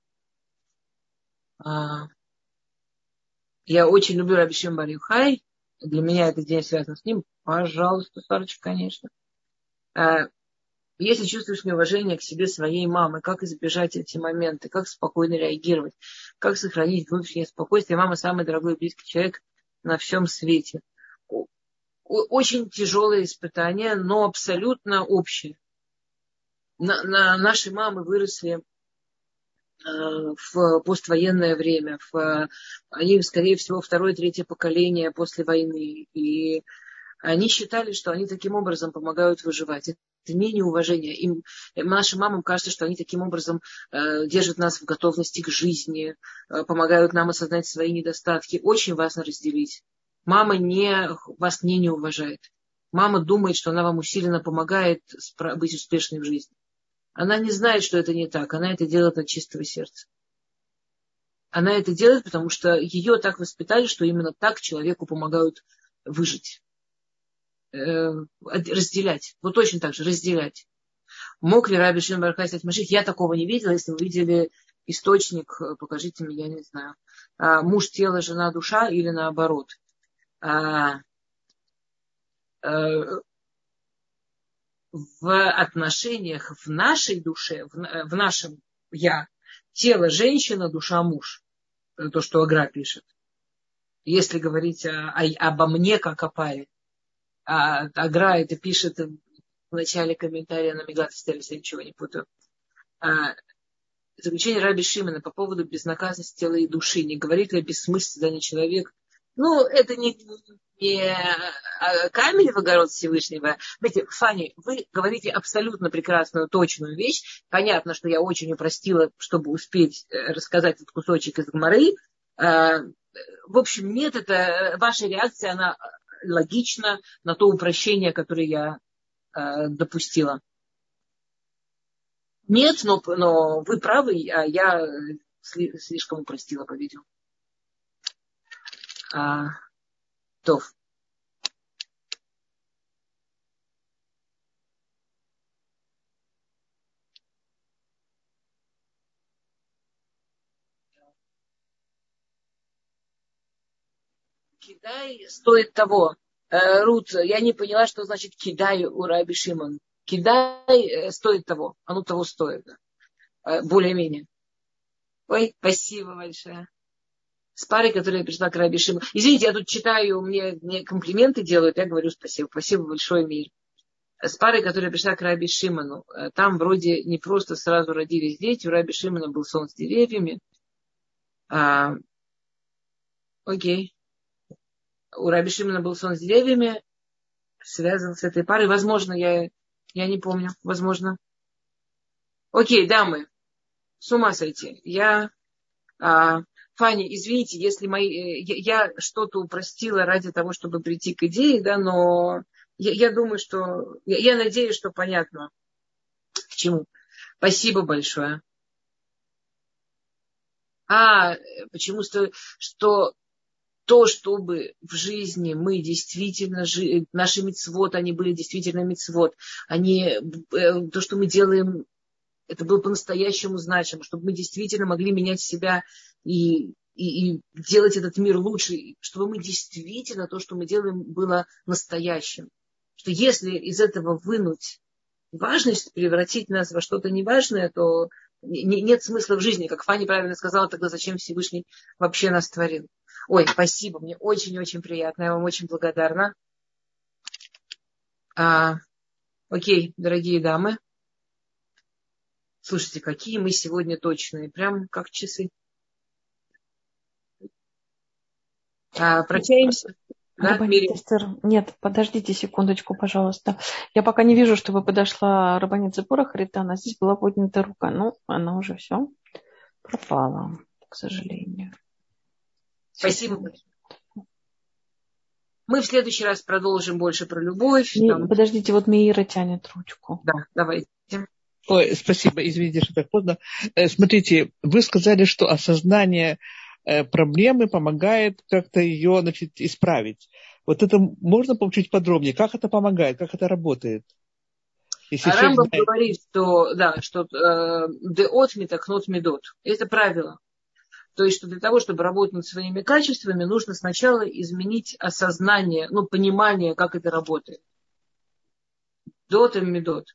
а, я очень люблю Раби Шимон бар Йохай. Для меня этот день связан с ним. Пожалуйста, Сарочка, конечно. А, если чувствуешь неуважение к себе своей мамы, как избежать эти моменты, как спокойно реагировать, как сохранить внутреннее спокойствие. Мама самый дорогой и близкий человек на всем свете. Очень тяжелое испытание, но абсолютно общее. На, на, наши мамы выросли э, в поствоенное время. В, они, скорее всего, второе, третье поколение после войны. И они считали, что они таким образом помогают выживать. Это не неуважение. Им, нашим мамам кажется, что они таким образом э, держат нас в готовности к жизни, э, помогают нам осознать свои недостатки. Очень важно разделить. Мама не, вас не, не уважает. Мама думает, что она вам усиленно помогает быть успешной в жизни. Она не знает, что это не так. Она это делает от чистого сердца. Она это делает, потому что ее так воспитали, что именно так человеку помогают выжить. Разделять. Вот точно так же, разделять. Мог ли Раби Шимон бар Йохай стать Машиах? Я такого не видела. Если вы видели источник, покажите мне, я не знаю. Муж, тело, жена, душа или наоборот. В отношениях в нашей душе, в нашем я, тело женщина, душа муж. То, что Агра пишет. Если говорить о, о, обо мне, как о паре. А Агра это пишет в начале комментария на Мегатостеле, если я ничего не путаю. А, заключение Раби Шимона по поводу безнаказанности тела и души. Не говорит ли о бессмыслице данный человек? Ну, это не, не камень в огород Всевышнего. Знаете, Фанни, вы говорите абсолютно прекрасную, точную вещь. Понятно, что я очень упростила, чтобы успеть рассказать этот кусочек из Гмары. В общем, нет, это ваша реакция, она логична на то упрощение, которое я допустила. Нет, но, но вы правы, а я слишком упростила, по-видимому. А, то. Кидай стоит того. Э, Рут, я не поняла, что значит кидай у Раби Шимон. Кидай э, стоит того. Оно того стоит. Да. Э, более-менее. Ой, спасибо большое. С парой, которая пришла к Раби Шимону. Извините, я тут читаю, мне, мне комплименты делают, я говорю спасибо. Спасибо большое, мир. С парой, которая пришла к Раби Шимону. Там вроде не просто сразу родились дети. У Раби Шимона был сон с деревьями. А, окей. У Раби Шимона был сон с деревьями. Связан с этой парой. Возможно, я, я не помню. Возможно. Окей, дамы. С ума сойти. Я... А, Фаня, извините, если мои, я, я что-то упростила ради того, чтобы прийти к идее, да, но я, я думаю, что... Я, я надеюсь, что понятно, к чему. Спасибо большое. А, почему что, что то, чтобы в жизни мы действительно жили, наши мицвот, они были действительно мицвот, они, то, что мы делаем, это было по-настоящему значимо, чтобы мы действительно могли менять себя и, и, и делать этот мир лучше, чтобы мы действительно то, что мы делаем, было настоящим. Что если из этого вынуть важность, превратить нас во что-то неважное, то нет смысла в жизни. Как Фанни правильно сказала, тогда зачем Всевышний вообще нас творил? Ой, спасибо, мне очень-очень приятно, я вам очень благодарна. А, окей, дорогие дамы. Слушайте, какие мы сегодня точные, прям как часы. А, прощаемся. Да, Рабанит Эстер, нет, подождите секундочку, пожалуйста. Я пока не вижу, чтобы подошла Рабанит Зиппора Харитона. Здесь была поднята рука. Ну, она уже все пропала, к сожалению. Спасибо большое. Мы в следующий раз продолжим больше про любовь. Не, там... Подождите, вот Меира тянет ручку. Да, давайте. Ой, спасибо, извините, что так поздно. Смотрите, вы сказали, что осознание проблемы помогает как-то ее, значит, исправить. Вот это можно получить подробнее? Как это помогает? Как это работает? Если а Рамбам знает... говорит, что, да, что деот метакнот медот. Это правило. То есть, что для того, чтобы работать над своими качествами, нужно сначала изменить осознание, ну, понимание, как это работает. Дот и медот.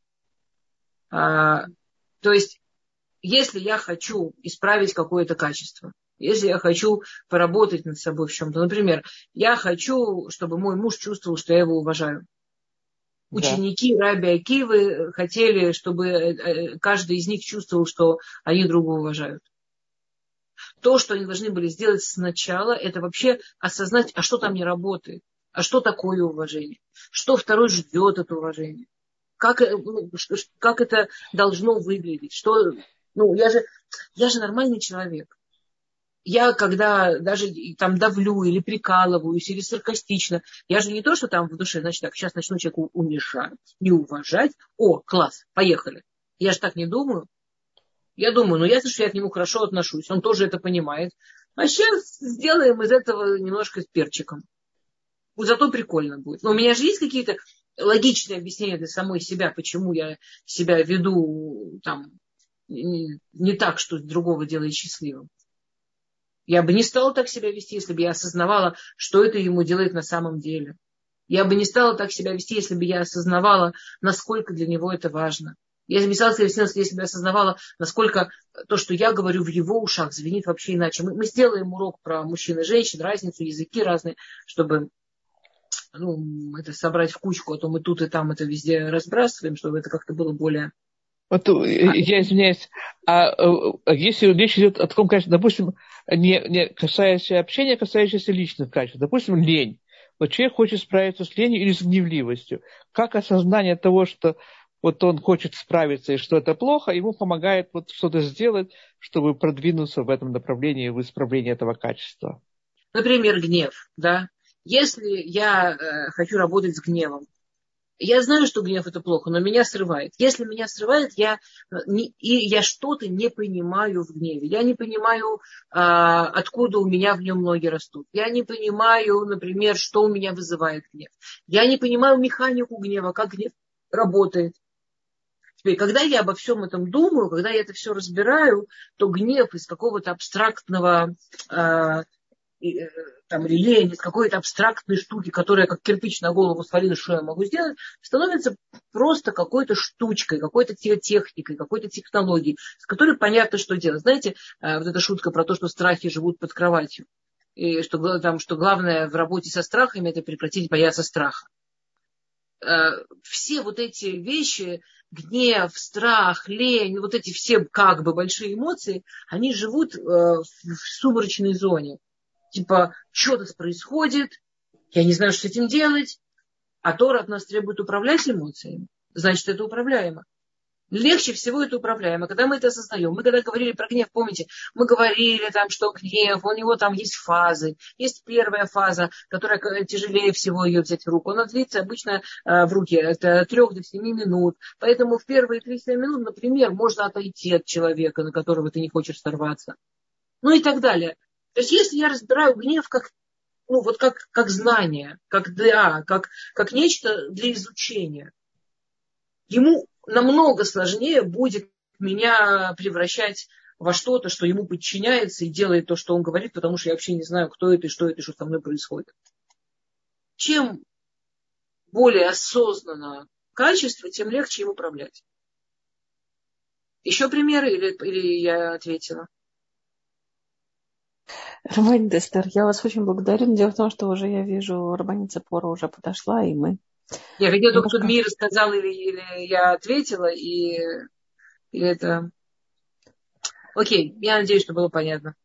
А, то есть, если я хочу исправить какое-то качество, если я хочу поработать над собой в чем-то, например, я хочу, чтобы мой муж чувствовал, что я его уважаю. Да. Ученики Раби Акивы хотели, чтобы каждый из них чувствовал, что они друга уважают. То, что они должны были сделать сначала, это вообще осознать, а что там не работает, а что такое уважение, что второй ждет от уважения, как, как это должно выглядеть, что, ну, я же, я же нормальный человек. Я, когда даже там давлю или прикалываюсь, или саркастично, я же не то, что там в душе, значит, так, сейчас начну человеку унижать, не уважать. О, класс, поехали. Я же так не думаю. Я думаю, ну ясно, что я к нему хорошо отношусь, он тоже это понимает. А сейчас сделаем из этого немножко с перчиком. Зато прикольно будет. Но у меня же есть какие-то логичные объяснения для самой себя, почему я себя веду там, не, не так, что другого делает счастливым. Я бы не стала так себя вести, если бы я осознавала, что это ему делает на самом деле. Я бы не стала так себя вести, если бы я осознавала, насколько для него это важно. Я бы не стала себя вести, если бы я осознавала, насколько то, что я говорю в его ушах, звенит вообще иначе. Мы, мы сделаем урок про мужчин и женщин, разницу, языки разные, чтобы ну, это собрать в кучку, а то мы тут и там это везде разбрасываем, чтобы это как-то было более... Вот, я извиняюсь, а если речь идет о таком качестве, допустим, не, не касаясь общения, касающегося личных качеств, допустим, лень. Вот человек хочет справиться с ленью или с гневливостью. Как осознание того, что вот он хочет справиться и что это плохо, ему помогает вот что-то сделать, чтобы продвинуться в этом направлении, в исправлении этого качества? Например, гнев, да. Если я э, хочу работать с гневом, я знаю, что гнев это плохо, но меня срывает. Если меня срывает, я, не, и я что-то не понимаю в гневе. Я не понимаю, а, откуда у меня в нем ноги растут. Я не понимаю, например, что у меня вызывает гнев. Я не понимаю механику гнева, как гнев работает. Теперь, когда я обо всем этом думаю, когда я это все разбираю, то гнев из какого-то абстрактного... А, там, или лень, из какой-то абстрактной штуки, которая как кирпич на голову свалилась, что я могу сделать, становится просто какой-то штучкой, какой-то техникой, какой-то технологией, с которой понятно, что делать. Знаете, вот эта шутка про то, что страхи живут под кроватью, и что, там, что главное в работе со страхами – это прекратить бояться страха. Все вот эти вещи, гнев, страх, лень, вот эти все как бы большие эмоции, они живут в сумрачной зоне. Типа, что-то происходит, я не знаю, что с этим делать, а Тора от нас требует управлять эмоциями, значит, это управляемо. Легче всего это управляемо, когда мы это осознаем. Мы когда говорили про гнев, помните, мы говорили там, что гнев, у него там есть фазы. Есть первая фаза, которая тяжелее всего ее взять в руку. Она длится обычно э, в руке от трех до семи минут. Поэтому в первые три-семь минут, например, можно отойти от человека, на которого ты не хочешь сорваться. Ну и так далее. То есть если я разбираю гнев как, ну, вот как, как знание, как ДА, как, как нечто для изучения, ему намного сложнее будет меня превращать во что-то, что ему подчиняется и делает то, что он говорит, потому что я вообще не знаю, кто это и что это, и что со мной происходит. Чем более осознанно качество, тем легче им управлять. Еще примеры или, или я ответила? Рабанит Эстер, я вас очень благодарю. Дело в том, что уже я вижу, Рабанит Ципора уже подошла, и мы... Я видела, немножко... кто Мир сказал, или, или я ответила, и, и это... Окей, я надеюсь, что было понятно.